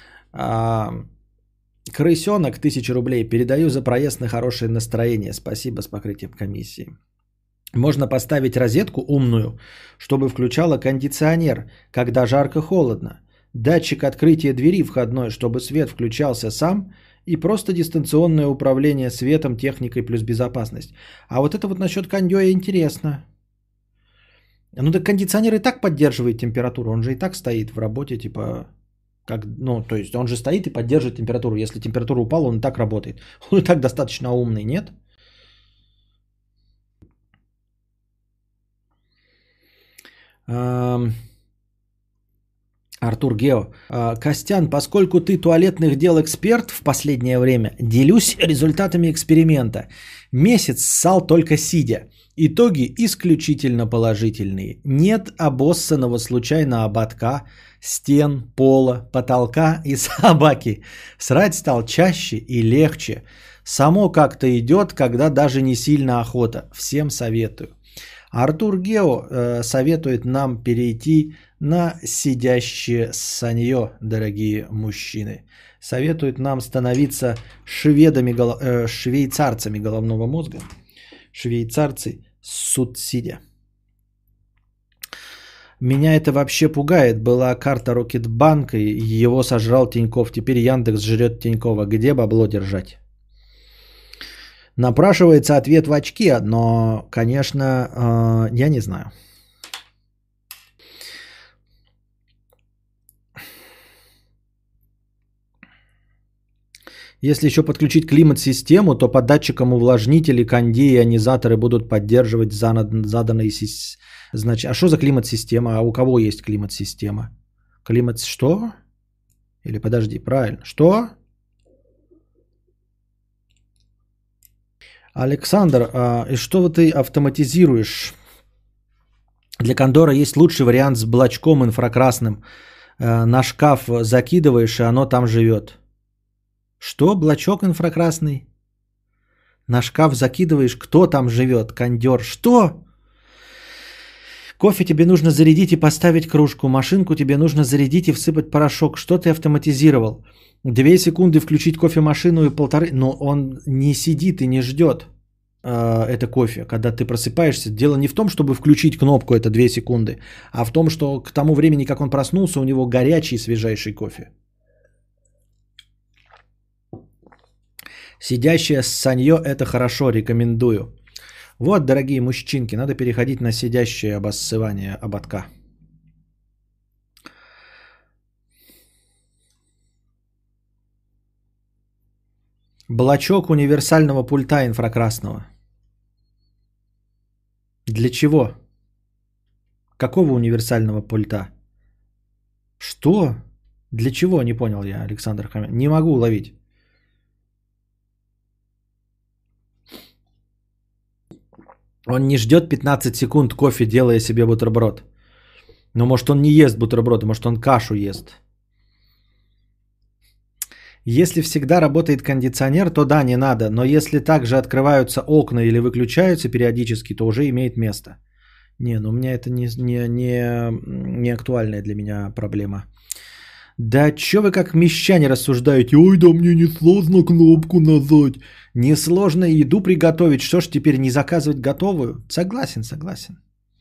Крысенок, 1000 рублей. Передаю за проезд на хорошее настроение. Спасибо, с покрытием комиссии. Можно поставить розетку умную, чтобы включала кондиционер, когда жарко-холодно. Датчик открытия двери входной, чтобы свет включался сам. И просто дистанционное управление светом, техникой плюс безопасность. А вот это вот насчет кондёя интересно. Ну так кондиционер и так поддерживает температуру. Он же и так стоит в работе, типа... Как, ну, то есть он же стоит и поддерживает температуру. Если температура упала, он и так работает. Он и так достаточно умный, нет? Артур Гео. Костян, поскольку ты туалетных дел эксперт в последнее время, делюсь результатами эксперимента. Месяц ссал только сидя. Итоги исключительно положительные. Нет обоссанного случайно ободка, стен, пола, потолка и собаки. Срать стал чаще и легче. Само как-то идет, когда даже не сильно охота. Всем советую. Артур Гео советует нам перейти на сидящее санье, дорогие мужчины. Советует нам становиться швейцарцами головного мозга. Швейцарцы суд сидя. Меня это вообще пугает. Была карта Рокетбанка, и его сожрал Тиньков. Теперь Яндекс жрет Тинькова. Где бабло держать? Напрашивается ответ в очки, но, конечно, я не знаю. Если еще подключить климат-систему, то по датчикам увлажнители, кондеи и ионизаторы будут поддерживать заданные значения. А что за климат-система? А у кого есть климат-система? Климат что? Или подожди, правильно. Что? Александр, и что ты автоматизируешь? Для кондора есть лучший вариант с блочком инфракрасным. На шкаф закидываешь, и оно там живет. Что? Блочок инфракрасный? На шкаф закидываешь, кто там живет? Кондер. Что? Кофе тебе нужно зарядить и поставить кружку. Машинку тебе нужно зарядить и всыпать порошок. Что ты автоматизировал? 2 секунды включить кофемашину и 1,5. Но он не сидит и не ждет это кофе. Когда ты просыпаешься, дело не в том, чтобы включить кнопку, это 2 секунды, а в том, что к тому времени, как он проснулся, у него горячий свежайший кофе. Сидящее санье – это хорошо, рекомендую. Вот, дорогие мужчинки, надо переходить на сидящее обоссывание ободка. Блочок универсального пульта инфракрасного. Для чего? Какого универсального пульта? Что? Для чего? Не понял я, Александр Хамин. Не могу уловить. Он не ждет 15 секунд кофе, делая себе бутерброд. Но может он не ест бутерброд, может он кашу ест. Если всегда работает кондиционер, то да, не надо. Но если также открываются окна или выключаются периодически, то уже имеет место. Не, ну у меня это не актуальная для меня проблема. Да чё вы как мещане рассуждаете? Ой, да мне не сложно кнопку нажать. Несложно еду приготовить. Что ж теперь не заказывать готовую? Согласен.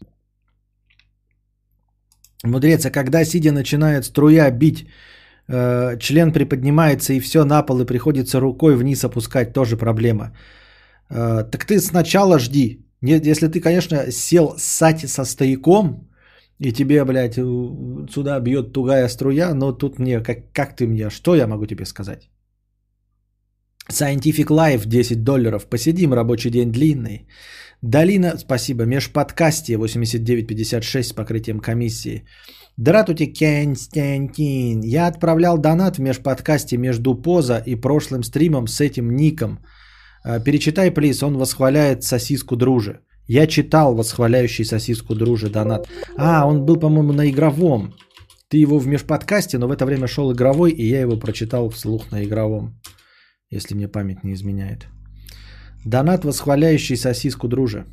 Мудрец, а когда сидя начинает струя бить, член приподнимается и все на пол, и приходится рукой вниз опускать, тоже проблема. Так ты сначала жди. Если ты, конечно, сел ссать со стояком, и тебе, блядь, сюда бьет тугая струя, но тут мне, как ты мне, что я могу тебе сказать? Scientific Life $10. Посидим, рабочий день длинный. Долина, спасибо, межподкастие 89.56 с покрытием комиссии. Здравствуйте, Константин. Я отправлял донат в межподкасте между поза и прошлым стримом с этим ником. Перечитай, плиз, он восхваляет сосиску друже. Я читал восхваляющий сосиску друже донат. Он был, по-моему, на игровом. Ты его в межподкасте, но в это время шел игровой, и я его прочитал вслух на игровом, если мне память не изменяет. Донат, восхваляющий сосиску друже.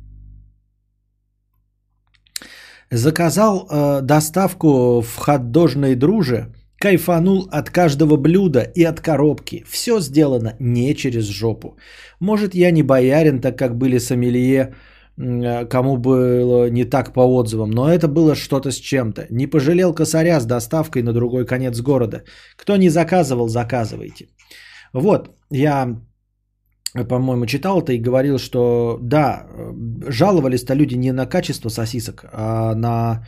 Заказал доставку в хот-дожной друже, кайфанул от каждого блюда и от коробки. Все сделано не через жопу. Может, я не боярин, так как были сомелье, кому было не так по отзывам, но это было что-то с чем-то. Не пожалел косаря с доставкой на другой конец города. Кто не заказывал, заказывайте. Вот, я, по-моему, читал это и говорил, что да, жаловались-то люди не на качество сосисок, а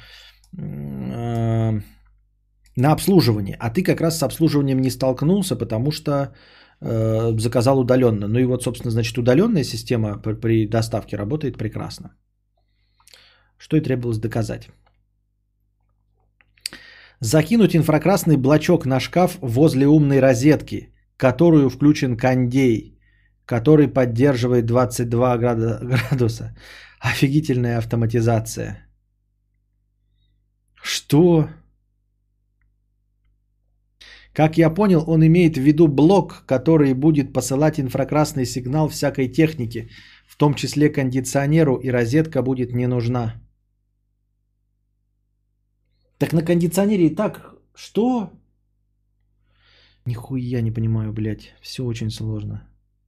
на обслуживание. А ты как раз с обслуживанием не столкнулся, потому что заказал удаленно. Ну и вот, собственно, значит, удаленная система при доставке работает прекрасно. Что и требовалось доказать. Закинуть инфракрасный блочок на шкаф возле умной розетки, которую включен кондей, который поддерживает 22 градуса. Офигительная автоматизация. Что? Как я понял, он имеет в виду блок, который будет посылать инфракрасный сигнал всякой технике, в том числе кондиционеру, и розетка будет не нужна. Так на кондиционере и так... Что? Нихуя не понимаю, блядь. Все очень сложно.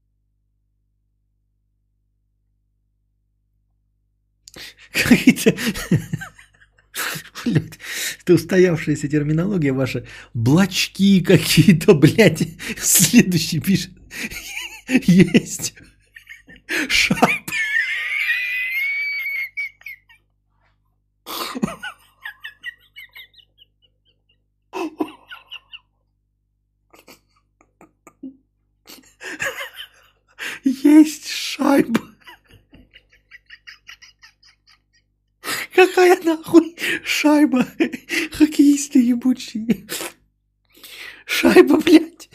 Какие-то... Блядь, это устоявшаяся терминология ваша. Блочки какие-то, блядь. Следующий пишет. Есть шайба. Есть шайба. Какая нахуй шайба? Хоккеисты ебучие. Шайба, блядь.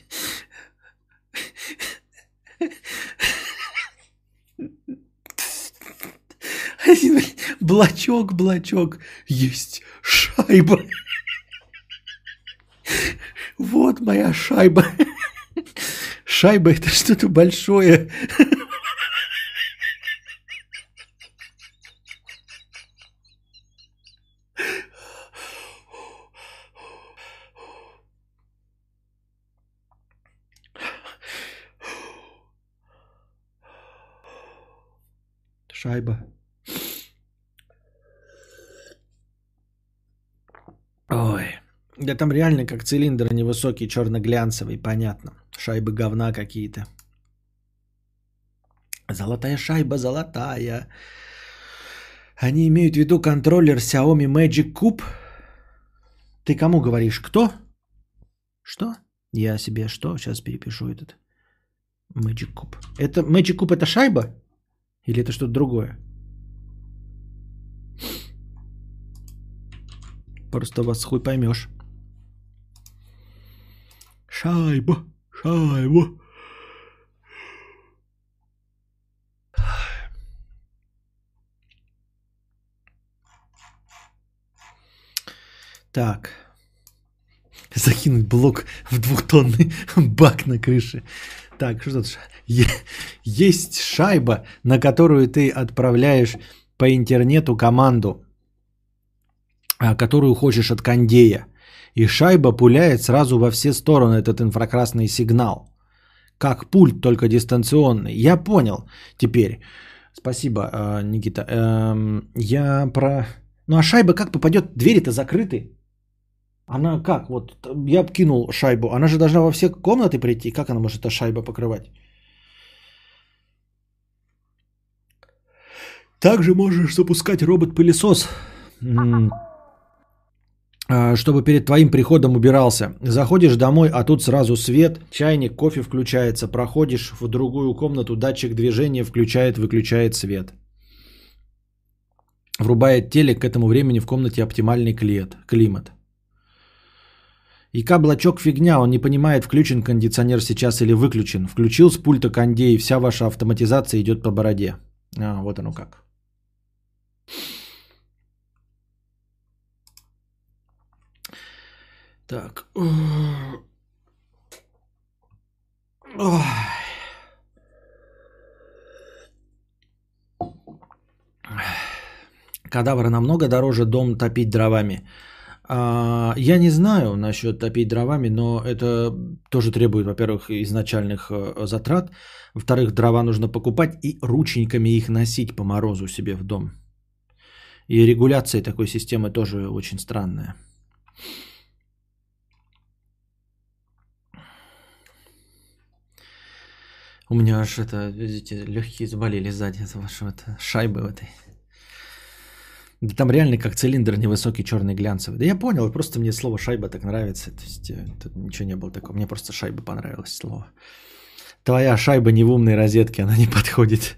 Блочок. Есть шайба. Вот моя шайба. Шайба это что-то большое. Шайба. Ой. Да там реально как цилиндр невысокий, черно-глянцевый, понятно. Шайбы говна какие-то. Золотая шайба, золотая. Они имеют в виду контроллер Xiaomi Magic Cube. Ты кому говоришь? Кто? Что? Я себе что? Сейчас перепишу этот. Magic Cube. Это Magic Cube это шайба? Или это что-то другое? Просто вас хуй поймешь. Шайба. Так. Закинуть блок в 2-тонный бак на крыше. Так, что тут? Есть шайба, на которую ты отправляешь по интернету команду, которую хочешь от кондея. И шайба пуляет сразу во все стороны этот инфракрасный сигнал. Как пульт, только дистанционный. Я понял теперь. Спасибо, Никита. Я про... Ну а шайба как попадет? Двери-то закрыты. Она как? Вот я кинул шайбу. Она же должна во все комнаты прийти. Как она может эта шайба покрывать? Также можешь запускать робот-пылесос, чтобы перед твоим приходом убирался. Заходишь домой, а тут сразу свет, чайник, кофе включается. Проходишь в другую комнату, датчик движения включает-выключает свет. Врубает телек, к этому времени в комнате оптимальный климат. ИК-блочок фигня, он не понимает, включен кондиционер сейчас или выключен. Включил с пульта кондей, вся ваша автоматизация идет по бороде. Вот оно как. Так. Ой. Кадавра намного дороже дом топить дровами. Я не знаю насчет топить дровами, но это тоже требует, во-первых, изначальных затрат. Во-вторых, дрова нужно покупать и ручниками их носить по морозу себе в дом. И регуляция такой системы тоже очень странная. У меня аж это, видите, легкие заболели сзади от вашего шайбы в этой. Да там реально как цилиндр невысокий, черный, глянцевый. Да я понял, просто мне слово шайба так нравится. То есть тут ничего не было такого. Мне просто шайба понравилось слово. Твоя шайба не в умной розетке, она не подходит.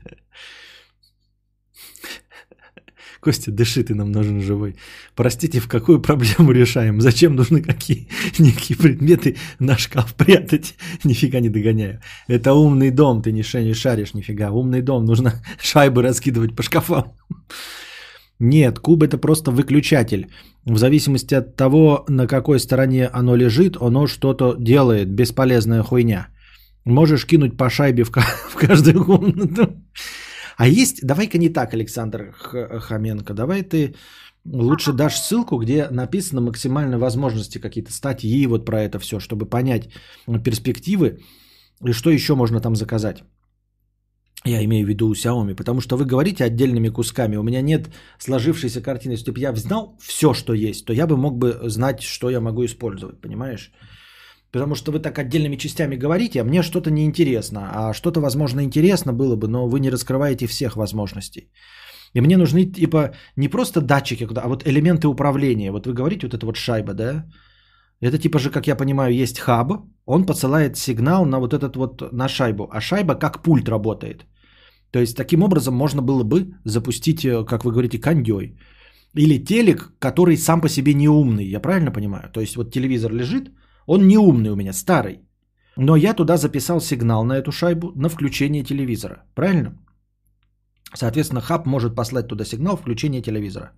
Костя, дыши, ты нам нужен живой. Простите, в какую проблему решаем? Зачем нужны некие предметы на шкаф прятать? Нифига не догоняю. Это умный дом, ты не шаришь нифига. Умный дом, нужно шайбы раскидывать по шкафам. Нет, куб это просто выключатель. В зависимости от того, на какой стороне оно лежит, оно что-то делает. Бесполезная хуйня. Можешь кинуть по шайбе в каждую комнату. А есть, давай-ка не так, Александр Хоменко, давай ты лучше дашь ссылку, где написано максимальные возможности, какие-то статьи вот про это все, чтобы понять перспективы и что еще можно там заказать. Я имею в виду у Xiaomi, потому что вы говорите отдельными кусками, у меня нет сложившейся картины. Если бы я знал все, что есть, то я бы мог бы знать, что я могу использовать, понимаешь? Потому что вы так отдельными частями говорите, а мне что-то неинтересно. А что-то, возможно, интересно было бы, но вы не раскрываете всех возможностей. И мне нужны, типа, не просто датчики, а вот элементы управления. Вот вы говорите, вот это вот шайба, да? Это типа же, как я понимаю, есть хаб. Он посылает сигнал на вот этот вот, на шайбу. А шайба как пульт работает. То есть, таким образом можно было бы запустить, как вы говорите, кондей. Или телек, который сам по себе не умный. Я правильно понимаю? То есть, вот телевизор лежит. Он не умный у меня, старый. Но я туда записал сигнал на эту шайбу на включение телевизора. Правильно? Соответственно, хаб может послать туда сигнал включения телевизора.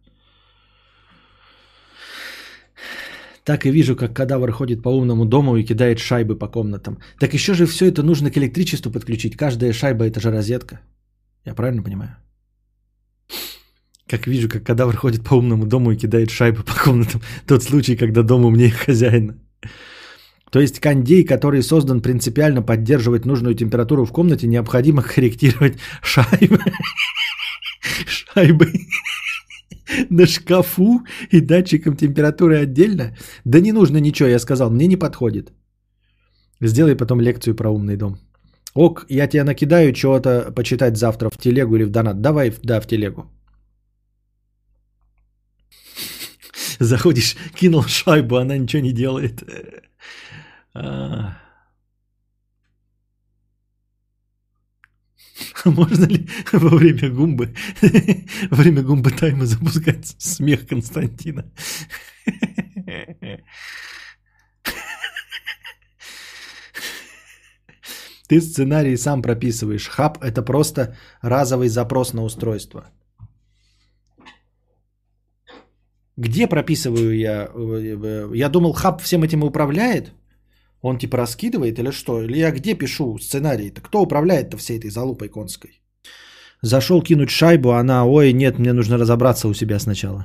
Так и вижу, как кадавр ходит по умному дому и кидает шайбы по комнатам. Так еще же все это нужно к электричеству подключить. Каждая шайба это же розетка. Я правильно понимаю? Как вижу, как кадавр ходит по умному дому и кидает шайбы по комнатам. Тот случай, когда дом умнее хозяина. То есть кондей, который создан принципиально поддерживать нужную температуру в комнате, необходимо корректировать шайбы на шкафу и датчиком температуры отдельно. Да не нужно ничего, я сказал, мне не подходит. Сделай потом лекцию про умный дом. Ок, я тебя накидаю чего-то почитать завтра в телегу или в донат. Давай, да, в телегу. Заходишь, кинул шайбу, она ничего не делает. Можно ли во время гумбы тайма запускать смех Константина? Ты сценарий сам прописываешь. Хаб это просто разовый запрос на устройство. Где прописываю я? Я думал, хаб всем этим управляет. Он типа раскидывает или что? Или я где пишу сценарий-то? Кто управляет-то всей этой залупой конской? Зашел кинуть шайбу, она, ой, нет, мне нужно разобраться у себя сначала.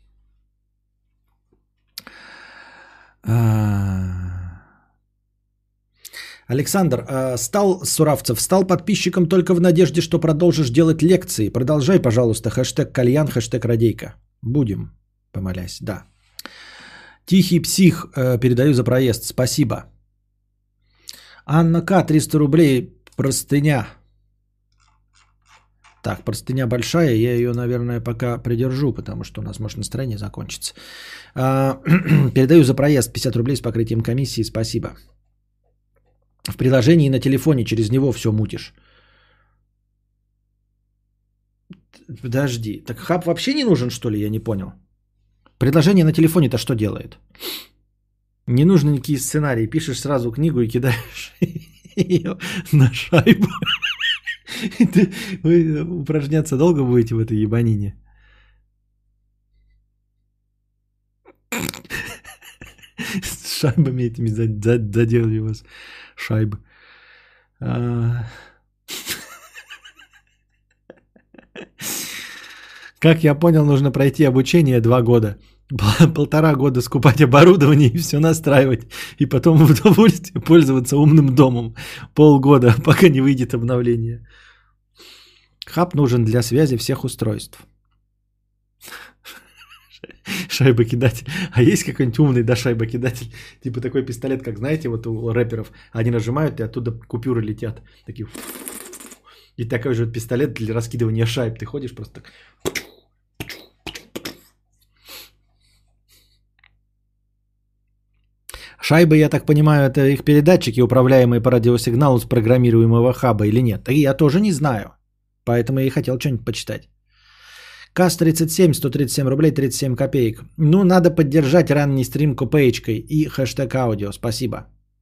Александр, Суравцев, стал подписчиком только в надежде, что продолжишь делать лекции. Продолжай, пожалуйста, хэштег кальян, хэштег радейка. Будем, помолясь, да. Тихий псих, передаю за проезд, спасибо. Анна К, 300 рублей, простыня. Так, простыня большая, я ее, наверное, пока придержу, потому что у нас может настроение закончиться. Передаю за проезд 50 рублей с покрытием комиссии, спасибо. В приложении на телефоне через него все мутишь. Подожди, так хаб вообще не нужен, что ли, я не понял. Приложение на телефоне-то что делает? Не нужны никакие сценарии. Пишешь сразу книгу и кидаешь ее на шайбу. Вы упражняться долго будете в этой ебанине? шайбами этими заделали вас. Шайбы. Как я понял, нужно пройти обучение 2 года. 1,5 года скупать оборудование и все настраивать. И потом в удовольствие пользоваться умным домом. Полгода, пока не выйдет обновление. Хаб нужен для связи всех устройств. Шайбокидатель. А есть какой-нибудь умный, да, шайбокидатель? Типа такой пистолет, как знаете, вот у рэперов. Они нажимают, и оттуда купюры летят. Такие. И такой же вот пистолет для раскидывания шайб. Ты ходишь просто так. Шайбы, я так понимаю, это их передатчики, управляемые по радиосигналу с программируемого хаба или нет? И я тоже не знаю. Поэтому я и хотел что-нибудь почитать. КАС-37, 137 рублей 37 копеек. Ну, надо поддержать ранний стрим копеечкой и хэштег аудио. Спасибо.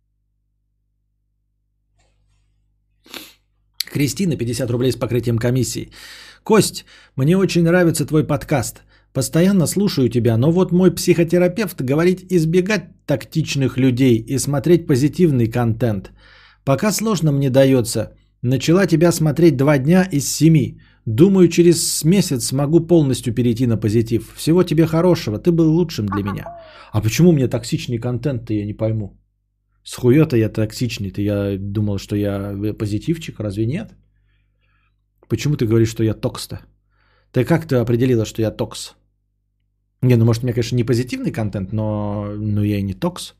Кристина, 50 рублей с покрытием комиссии. Кость, мне очень нравится твой подкаст. Постоянно слушаю тебя, но вот мой психотерапевт говорит избегать тактичных людей и смотреть позитивный контент. Пока сложно мне дается. Начала тебя смотреть 2 дня из 7. Думаю, через месяц смогу полностью перейти на позитив. Всего тебе хорошего, ты был лучшим для меня. А почему у меня токсичный контент-то, я не пойму. С хуё-то я токсичный-то, я думал, что я позитивчик, разве нет? Почему ты говоришь, что я токс-то? Ты как ты определила, что я токс? Не, ну может у меня, конечно, не позитивный контент, но я и не токс.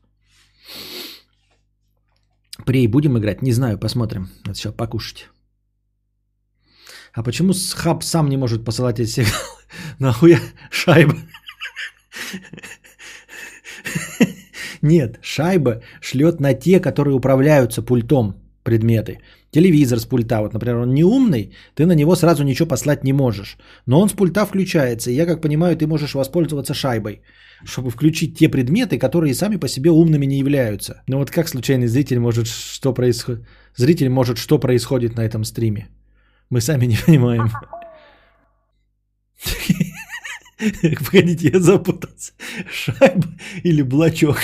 Прей будем играть? Не знаю, посмотрим. Надо сейчас покушать. А почему хаб сам не может посылать эти сигналы? Нахуя шайба? Нет, шайба шлет на те, которые управляются пультом предметы. Телевизор с пульта, вот, например, он не умный, ты на него сразу ничего послать не можешь. Но он с пульта включается, и я как понимаю, ты можешь воспользоваться шайбой, чтобы включить те предметы, которые сами по себе умными не являются. Ну вот как случайный зритель может, что происходит? Зритель может, что происходит на этом стриме? Мы сами не понимаем. Погодите, я запутался. Шайба или блочок?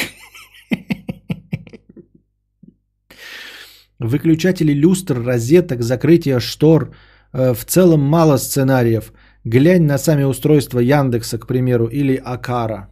Выключатели люстр, розеток, закрытие штор. В целом мало сценариев. Глянь на сами устройства Яндекса, к примеру, или Акара.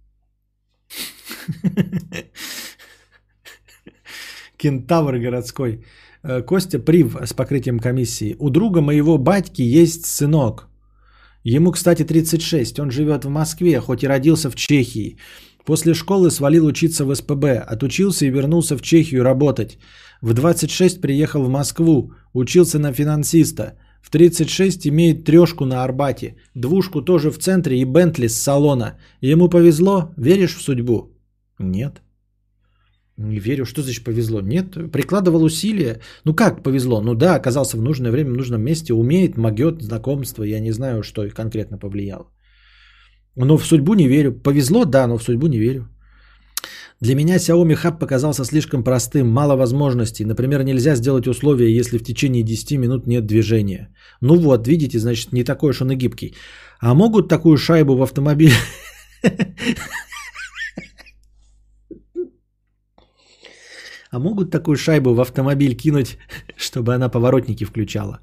Кентавр городской. Костя Прив с покрытием комиссии. У друга моего батьки есть сынок. Ему, кстати, 36. Он живет в Москве, хоть и родился в Чехии. После школы свалил учиться в СПБ. Отучился и вернулся в Чехию работать. В 26 приехал в Москву. Учился на финансиста. В 36 имеет 3 на Арбате. 2 тоже в центре и Бентли с салона. Ему повезло? Веришь в судьбу? Нет. Не верю. Что значит повезло? Нет. Прикладывал усилия. Ну как повезло? Ну да, оказался в нужное время, в нужном месте. Умеет, могет, знакомство. Я не знаю, что конкретно повлияло. Но в судьбу не верю. Повезло, да, но в судьбу не верю. Для меня Xiaomi Hub показался слишком простым, мало возможностей. Например, нельзя сделать условия, если в течение 10 минут нет движения. Ну вот, видите, значит, не такой уж он и гибкий. А могут такую шайбу в автомобиле... А могут такую шайбу в автомобиль кинуть, чтобы она поворотники включала?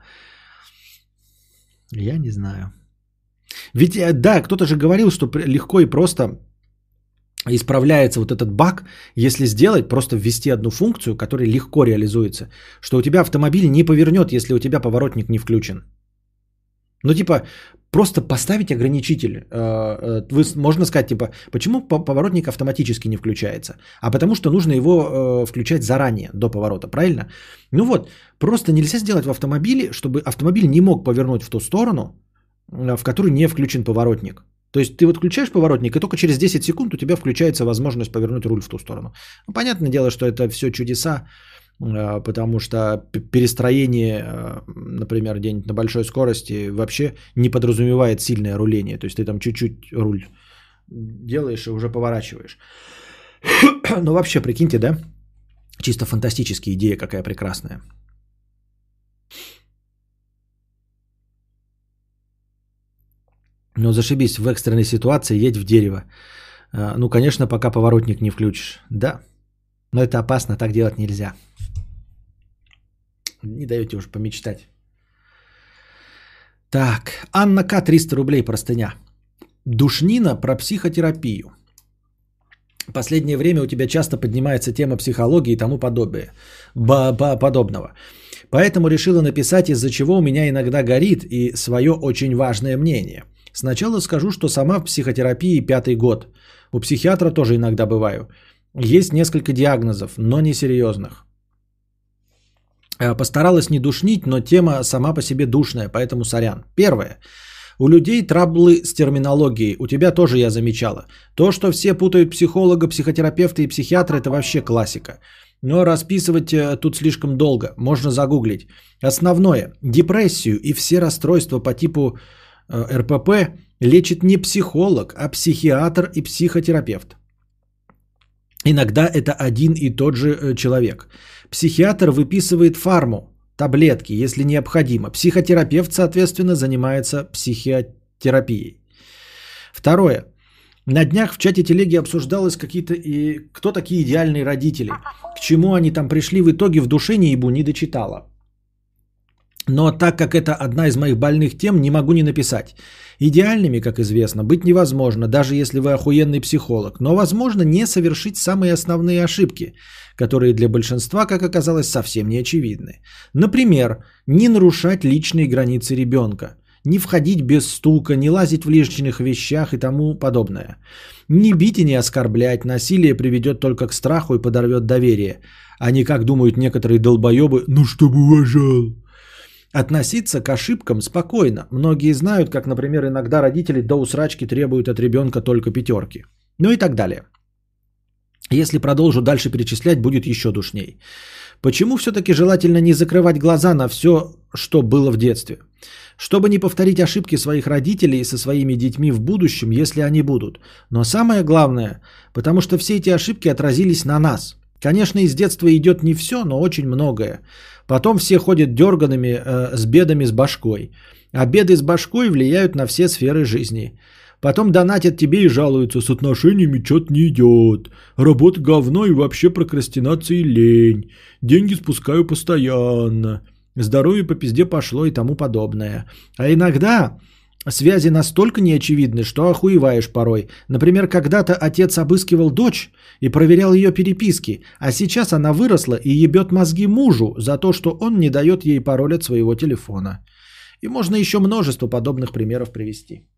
Я не знаю. Ведь, да, кто-то же говорил, что легко и просто исправляется вот этот баг, если сделать, просто ввести одну функцию, которая легко реализуется, что у тебя автомобиль не повернет, если у тебя поворотник не включен. Ну, типа, просто поставить ограничитель. Можно сказать, типа, почему поворотник автоматически не включается? А потому что нужно его включать заранее, до поворота, правильно? Ну вот, просто нельзя сделать в автомобиле, чтобы автомобиль не мог повернуть в ту сторону, в которой не включен поворотник. То есть ты вот включаешь поворотник, и только через 10 секунд у тебя включается возможность повернуть руль в ту сторону. Ну, понятное дело, что это все чудеса, потому что перестроение, например, где-нибудь на большой скорости вообще не подразумевает сильное руление. То есть ты там чуть-чуть руль делаешь и уже поворачиваешь. Ну вообще, прикиньте, да? Чисто фантастическая идея какая прекрасная. Но зашибись, в экстренной ситуации едь в дерево. Ну, конечно, пока поворотник не включишь. Да, но это опасно, так делать нельзя. Не даете уж помечтать. Так, Анна К. 300 рублей простыня. Душнина про психотерапию. Последнее время у тебя часто поднимается тема психологии и тому подобного. Поэтому решила написать, из-за чего у меня иногда горит и свое очень важное мнение. Сначала скажу, что сама в психотерапии 5-й год. У психиатра тоже иногда бываю. Есть несколько диагнозов, но не серьезных. Постаралась не душнить, но тема сама по себе душная, поэтому сорян. Первое. У людей траблы с терминологией. У тебя тоже я замечала. То, что все путают психолога, психотерапевта и психиатра, это вообще классика. Но расписывать тут слишком долго. Можно загуглить. Основное. Депрессию и все расстройства по типу РПП лечит не психолог, а психиатр и психотерапевт. Иногда это один и тот же человек. Психиатр выписывает фарму, таблетки, если необходимо. Психотерапевт, соответственно, занимается психотерапией. Второе. На днях в чате телеги обсуждалось кто такие идеальные родители. К чему они там пришли в итоге, в душе не ебу, не дочитала. Но так как это одна из моих больных тем, не могу не написать. Идеальными, как известно, быть невозможно, даже если вы охуенный психолог. Но возможно не совершить самые основные ошибки, которые для большинства, как оказалось, совсем не очевидны. Например, не нарушать личные границы ребенка, не входить без стука, не лазить в лишних вещах и тому подобное. Не бить и не оскорблять, насилие приведет только к страху и подорвет доверие, а не, как думают некоторые долбоебы, ну чтобы уважал. Относиться к ошибкам спокойно. Многие знают, как, например, иногда родители до усрачки требуют от ребенка только 5. Ну и так далее. Если продолжу дальше перечислять, будет еще душней. Почему все-таки желательно не закрывать глаза на все, что было в детстве? Чтобы не повторить ошибки своих родителей со своими детьми в будущем, если они будут. Но самое главное, потому что все эти ошибки отразились на нас. Конечно, из детства идет не все, но очень многое. Потом все ходят дерганными с бедами с башкой. А беды с башкой влияют на все сферы жизни. Потом донатят тебе и жалуются, с отношениями что-то не идет. Работа говно и вообще прокрастинация и лень. Деньги спускаю постоянно. Здоровье по пизде пошло и тому подобное. А иногда связи настолько неочевидны, что охуеваешь порой. Например, когда-то отец обыскивал дочь и проверял ее переписки, а сейчас она выросла и ебет мозги мужу за то, что он не дает ей пароль от своего телефона. И можно еще множество подобных примеров привести.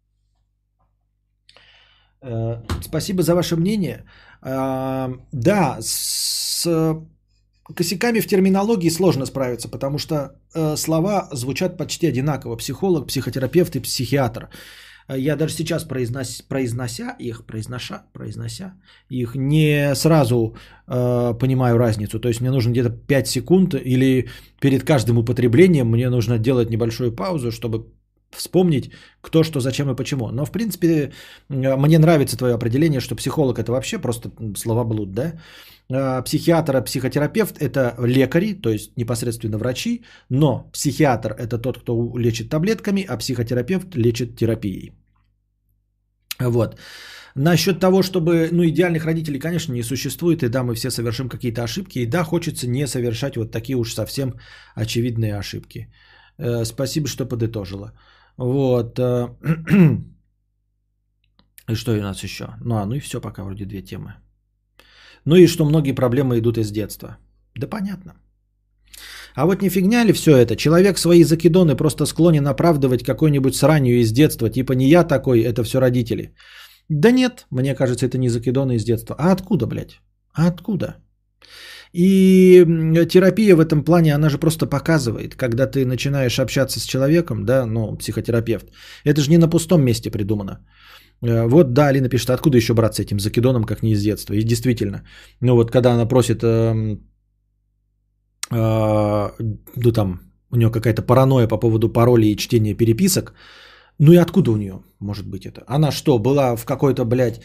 Спасибо за ваше мнение. Да, с косяками в терминологии сложно справиться, потому что слова звучат почти одинаково. Психолог, психотерапевт и психиатр. Я даже сейчас, произнося их, не сразу понимаю разницу. То есть мне нужно где-то 5 секунд или перед каждым употреблением мне нужно делать небольшую паузу, чтобы вспомнить, кто, что, зачем и почему. Но, в принципе, мне нравится твое определение, что психолог – это вообще просто словоблуд, да? Психиатр, психотерапевт – это лекари, то есть непосредственно врачи, но психиатр – это тот, кто лечит таблетками, а психотерапевт лечит терапией. Вот. Насчет того, чтобы, идеальных родителей, конечно, не существует, и да, мы все совершим какие-то ошибки, и да, хочется не совершать вот такие уж совсем очевидные ошибки. Спасибо, что подытожила. Вот. И что у нас еще? Ну и все, пока вроде 2 темы. Ну и что многие проблемы идут из детства. Да понятно. А вот не фигня ли все это? Человек свои закидоны просто склонен оправдывать какой-нибудь сранью из детства. Типа не я такой, это все родители. Да нет, мне кажется, это не закидоны из детства. А откуда, блядь? А откуда? И терапия в этом плане, она же просто показывает, когда ты начинаешь общаться с человеком, да, психотерапевт, это же не на пустом месте придумано. Вот, да, Алина пишет, откуда еще браться этим закидоном, как не из детства. И действительно, когда она просит, у нее какая-то паранойя по поводу паролей и чтения переписок, Ну и откуда у нее может быть это? Она что, была в какой-то, блядь,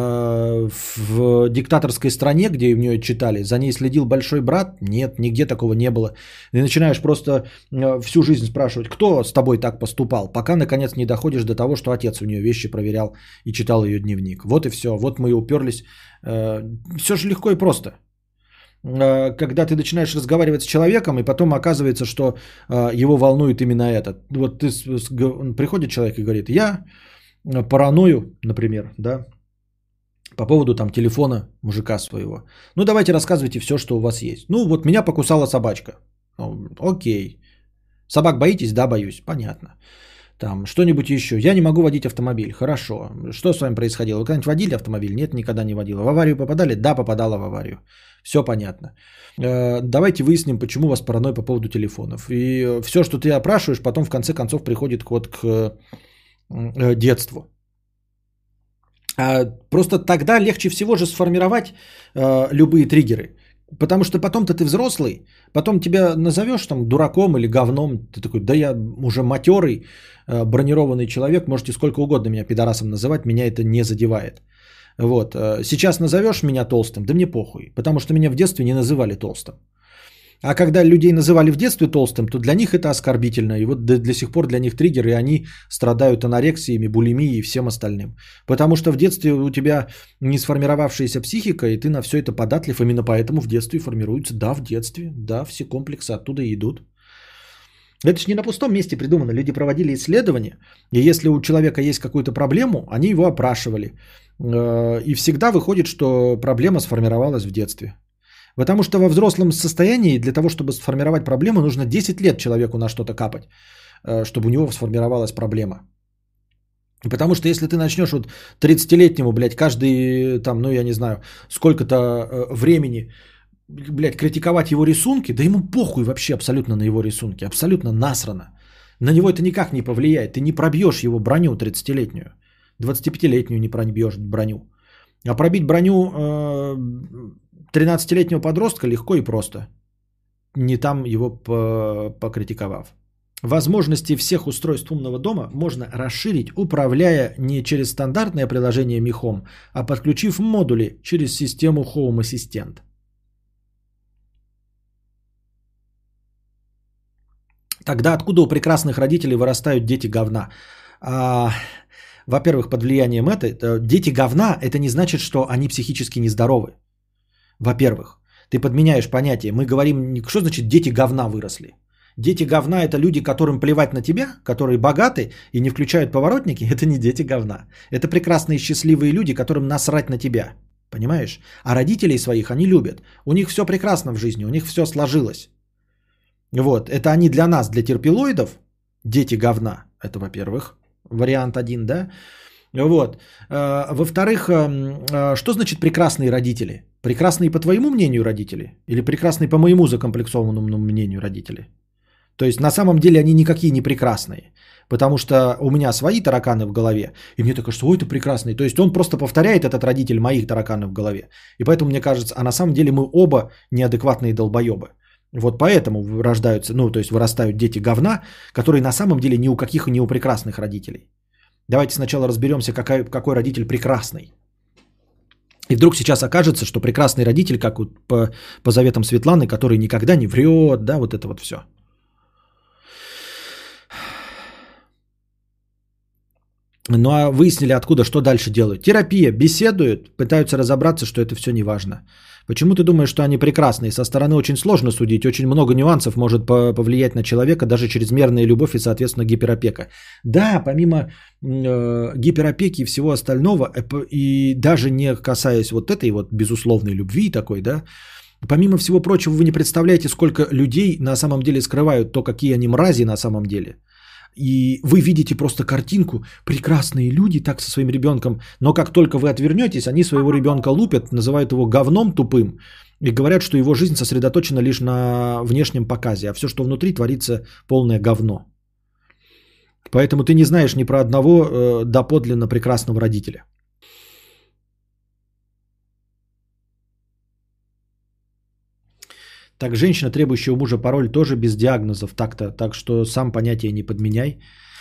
в диктаторской стране, где в нее читали? За ней следил большой брат? Нет, нигде такого не было. И начинаешь просто всю жизнь спрашивать, кто с тобой так поступал, пока наконец не доходишь до того, что отец у нее вещи проверял и читал ее дневник. Вот и все. Вот мы и уперлись. Все же легко и просто. Когда ты начинаешь разговаривать с человеком, и потом оказывается, что его волнует именно это. Вот приходит человек и говорит, я параною, например, да, по поводу там телефона мужика своего. Ну, давайте рассказывайте все, что у вас есть. Ну, вот меня покусала собачка. Окей. Собак боитесь? Да, боюсь. Понятно. Там что-нибудь еще. Я не могу водить автомобиль. Хорошо. Что с вами происходило? Вы когда-нибудь водили автомобиль? Нет, никогда не водила. В аварию попадали? Да, попадала в аварию. Все понятно. Давайте выясним, почему у вас паранойя по поводу телефонов. И все, что ты опрашиваешь, потом в конце концов приходит вот к детству. Просто тогда легче всего же сформировать любые триггеры. Потому что потом-то ты взрослый, потом тебя назовешь там дураком или говном, ты такой, да я уже матерый, бронированный человек, можете сколько угодно меня пидорасом называть, меня это не задевает. Вот. Сейчас назовешь меня толстым, да мне похуй, потому что меня в детстве не называли толстым. А когда людей называли в детстве толстым, то для них это оскорбительно. И вот до сих пор для них триггер, и они страдают анорексиями, булимией и всем остальным. Потому что в детстве у тебя не сформировавшаяся психика, и ты на все это податлив. Именно поэтому в детстве формируются. Да, в детстве. Да, все комплексы оттуда и идут. Это же не на пустом месте придумано. Люди проводили исследования. И если у человека есть какую-то проблему, они его опрашивали. И всегда выходит, что проблема сформировалась в детстве. Потому что во взрослом состоянии для того, чтобы сформировать проблему, нужно 10 лет человеку на что-то капать, чтобы у него сформировалась проблема. Потому что если ты начнешь вот 30-летнему, блядь, каждый там, ну я не знаю, сколько-то времени, блядь, критиковать его рисунки, да ему похуй вообще абсолютно на его рисунки, абсолютно насрано. На него это никак не повлияет, ты не пробьешь его броню 30-летнюю, 25-летнюю не пробьешь броню. А пробить броню 13-летнего подростка легко и просто, не там его покритиковав. Возможности всех устройств умного дома можно расширить, управляя не через стандартное приложение Mi Home, а подключив модули через систему Home Assistant. Тогда откуда у прекрасных родителей вырастают дети говна? Во-первых, под влиянием дети говна, это не значит, что они психически нездоровы. Во-первых, ты подменяешь понятие. Мы говорим, что значит дети говна выросли? Дети говна – это люди, которым плевать на тебя, которые богаты и не включают поворотники. Это не дети говна. Это прекрасные счастливые люди, которым насрать на тебя. Понимаешь? А родителей своих они любят. У них все прекрасно в жизни, у них все сложилось. Вот. Это они для нас, для терпилоидов, дети говна. Это, во-первых, вариант один, да? Вот. Во-вторых, что значит прекрасные родители? Прекрасные по твоему мнению родители? Или прекрасные по моему закомплексованному мнению родители? То есть на самом деле они никакие не прекрасные. Потому что у меня свои тараканы в голове. И мне так кажется, ой, это прекрасный. То есть он просто повторяет, этот родитель, моих тараканов в голове. И поэтому мне кажется, а на самом деле мы оба неадекватные долбоебы. Вот поэтому рождаются, ну то есть вырастают дети говна, которые на самом деле ни у каких и ни у прекрасных родителей. Давайте сначала разберемся, какой родитель прекрасный. И вдруг сейчас окажется, что прекрасный родитель, как вот по заветам Светланы, который никогда не врет, да, вот это вот все. Ну а выяснили откуда, что дальше делают. Терапия, беседуют, пытаются разобраться, что это все не важно. Почему ты думаешь, что они прекрасные? Со стороны очень сложно судить, очень много нюансов может повлиять на человека, даже чрезмерная любовь и, соответственно, гиперопека. Да, помимо гиперопеки и всего остального, и даже не касаясь вот этой вот безусловной любви такой, да, помимо всего прочего, вы не представляете, сколько людей на самом деле скрывают то, какие они мрази на самом деле. И вы видите просто картинку, прекрасные люди так со своим ребенком, но как только вы отвернетесь, они своего ребенка лупят, называют его говном тупым и говорят, что его жизнь сосредоточена лишь на внешнем показе, а все, что внутри, творится полное говно. Поэтому ты не знаешь ни про одного доподлинно прекрасного родителя. Так женщина, требующая у мужа пароль, тоже без диагнозов. Так что сам понятие не подменяй.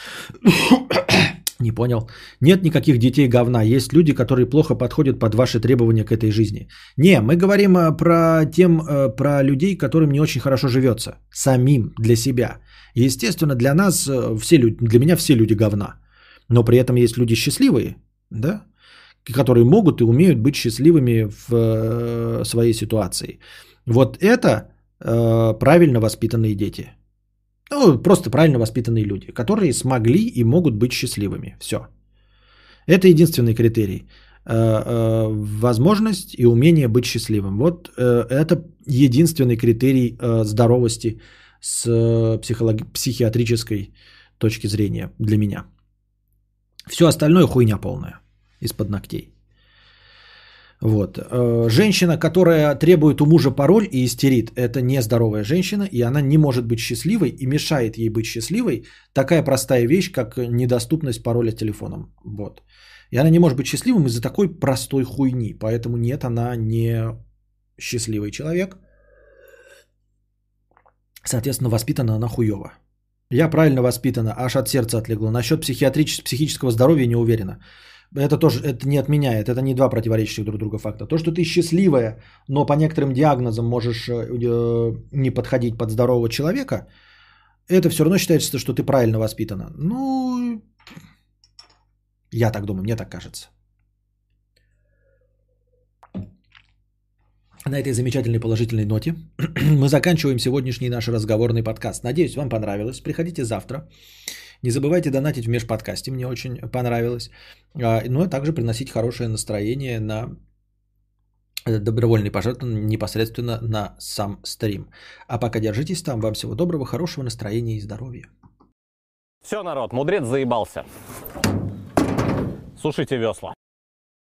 Не понял. Нет никаких детей говна. Есть люди, которые плохо подходят под ваши требования к этой жизни. Не, мы говорим про людей, которым не очень хорошо живется. Самим, для себя. Естественно, для нас все люди, для меня все люди говна. Но при этом есть люди счастливые, да, которые могут и умеют быть счастливыми в своей ситуации. Вот это правильно воспитанные дети. Ну, просто правильно воспитанные люди, которые смогли и могут быть счастливыми. Все. Это единственный критерий. Возможность и умение быть счастливым. Вот это единственный критерий здоровости с психиатрической точки зрения для меня. Все остальное хуйня полная. Из-под ногтей. Вот. Женщина, которая требует у мужа пароль и истерит, это нездоровая женщина, и она не может быть счастливой, и мешает ей быть счастливой такая простая вещь, как недоступность пароля телефоном. Вот. И она не может быть счастливым из-за такой простой хуйни. Поэтому нет, она не счастливый человек. Соответственно, воспитана она хуёво. Я правильно воспитана, аж от сердца отлегло. Насчет психического здоровья не уверена. Это тоже это не отменяет, это не два противоречащих друг друга факта. То, что ты счастливая, но по некоторым диагнозам можешь не подходить под здорового человека, это все равно считается, что ты правильно воспитана. Ну, я так думаю, мне так кажется. На этой замечательной положительной ноте мы заканчиваем сегодняшний наш разговорный подкаст. Надеюсь, вам понравилось. Приходите завтра. Не забывайте донатить в межподкасте, мне очень понравилось. Ну и также приносить хорошее настроение на добровольные пожертвования непосредственно на сам стрим. А пока держитесь там. Вам всего доброго, хорошего настроения и здоровья. Все, народ, мудрец заебался. Сушите весла.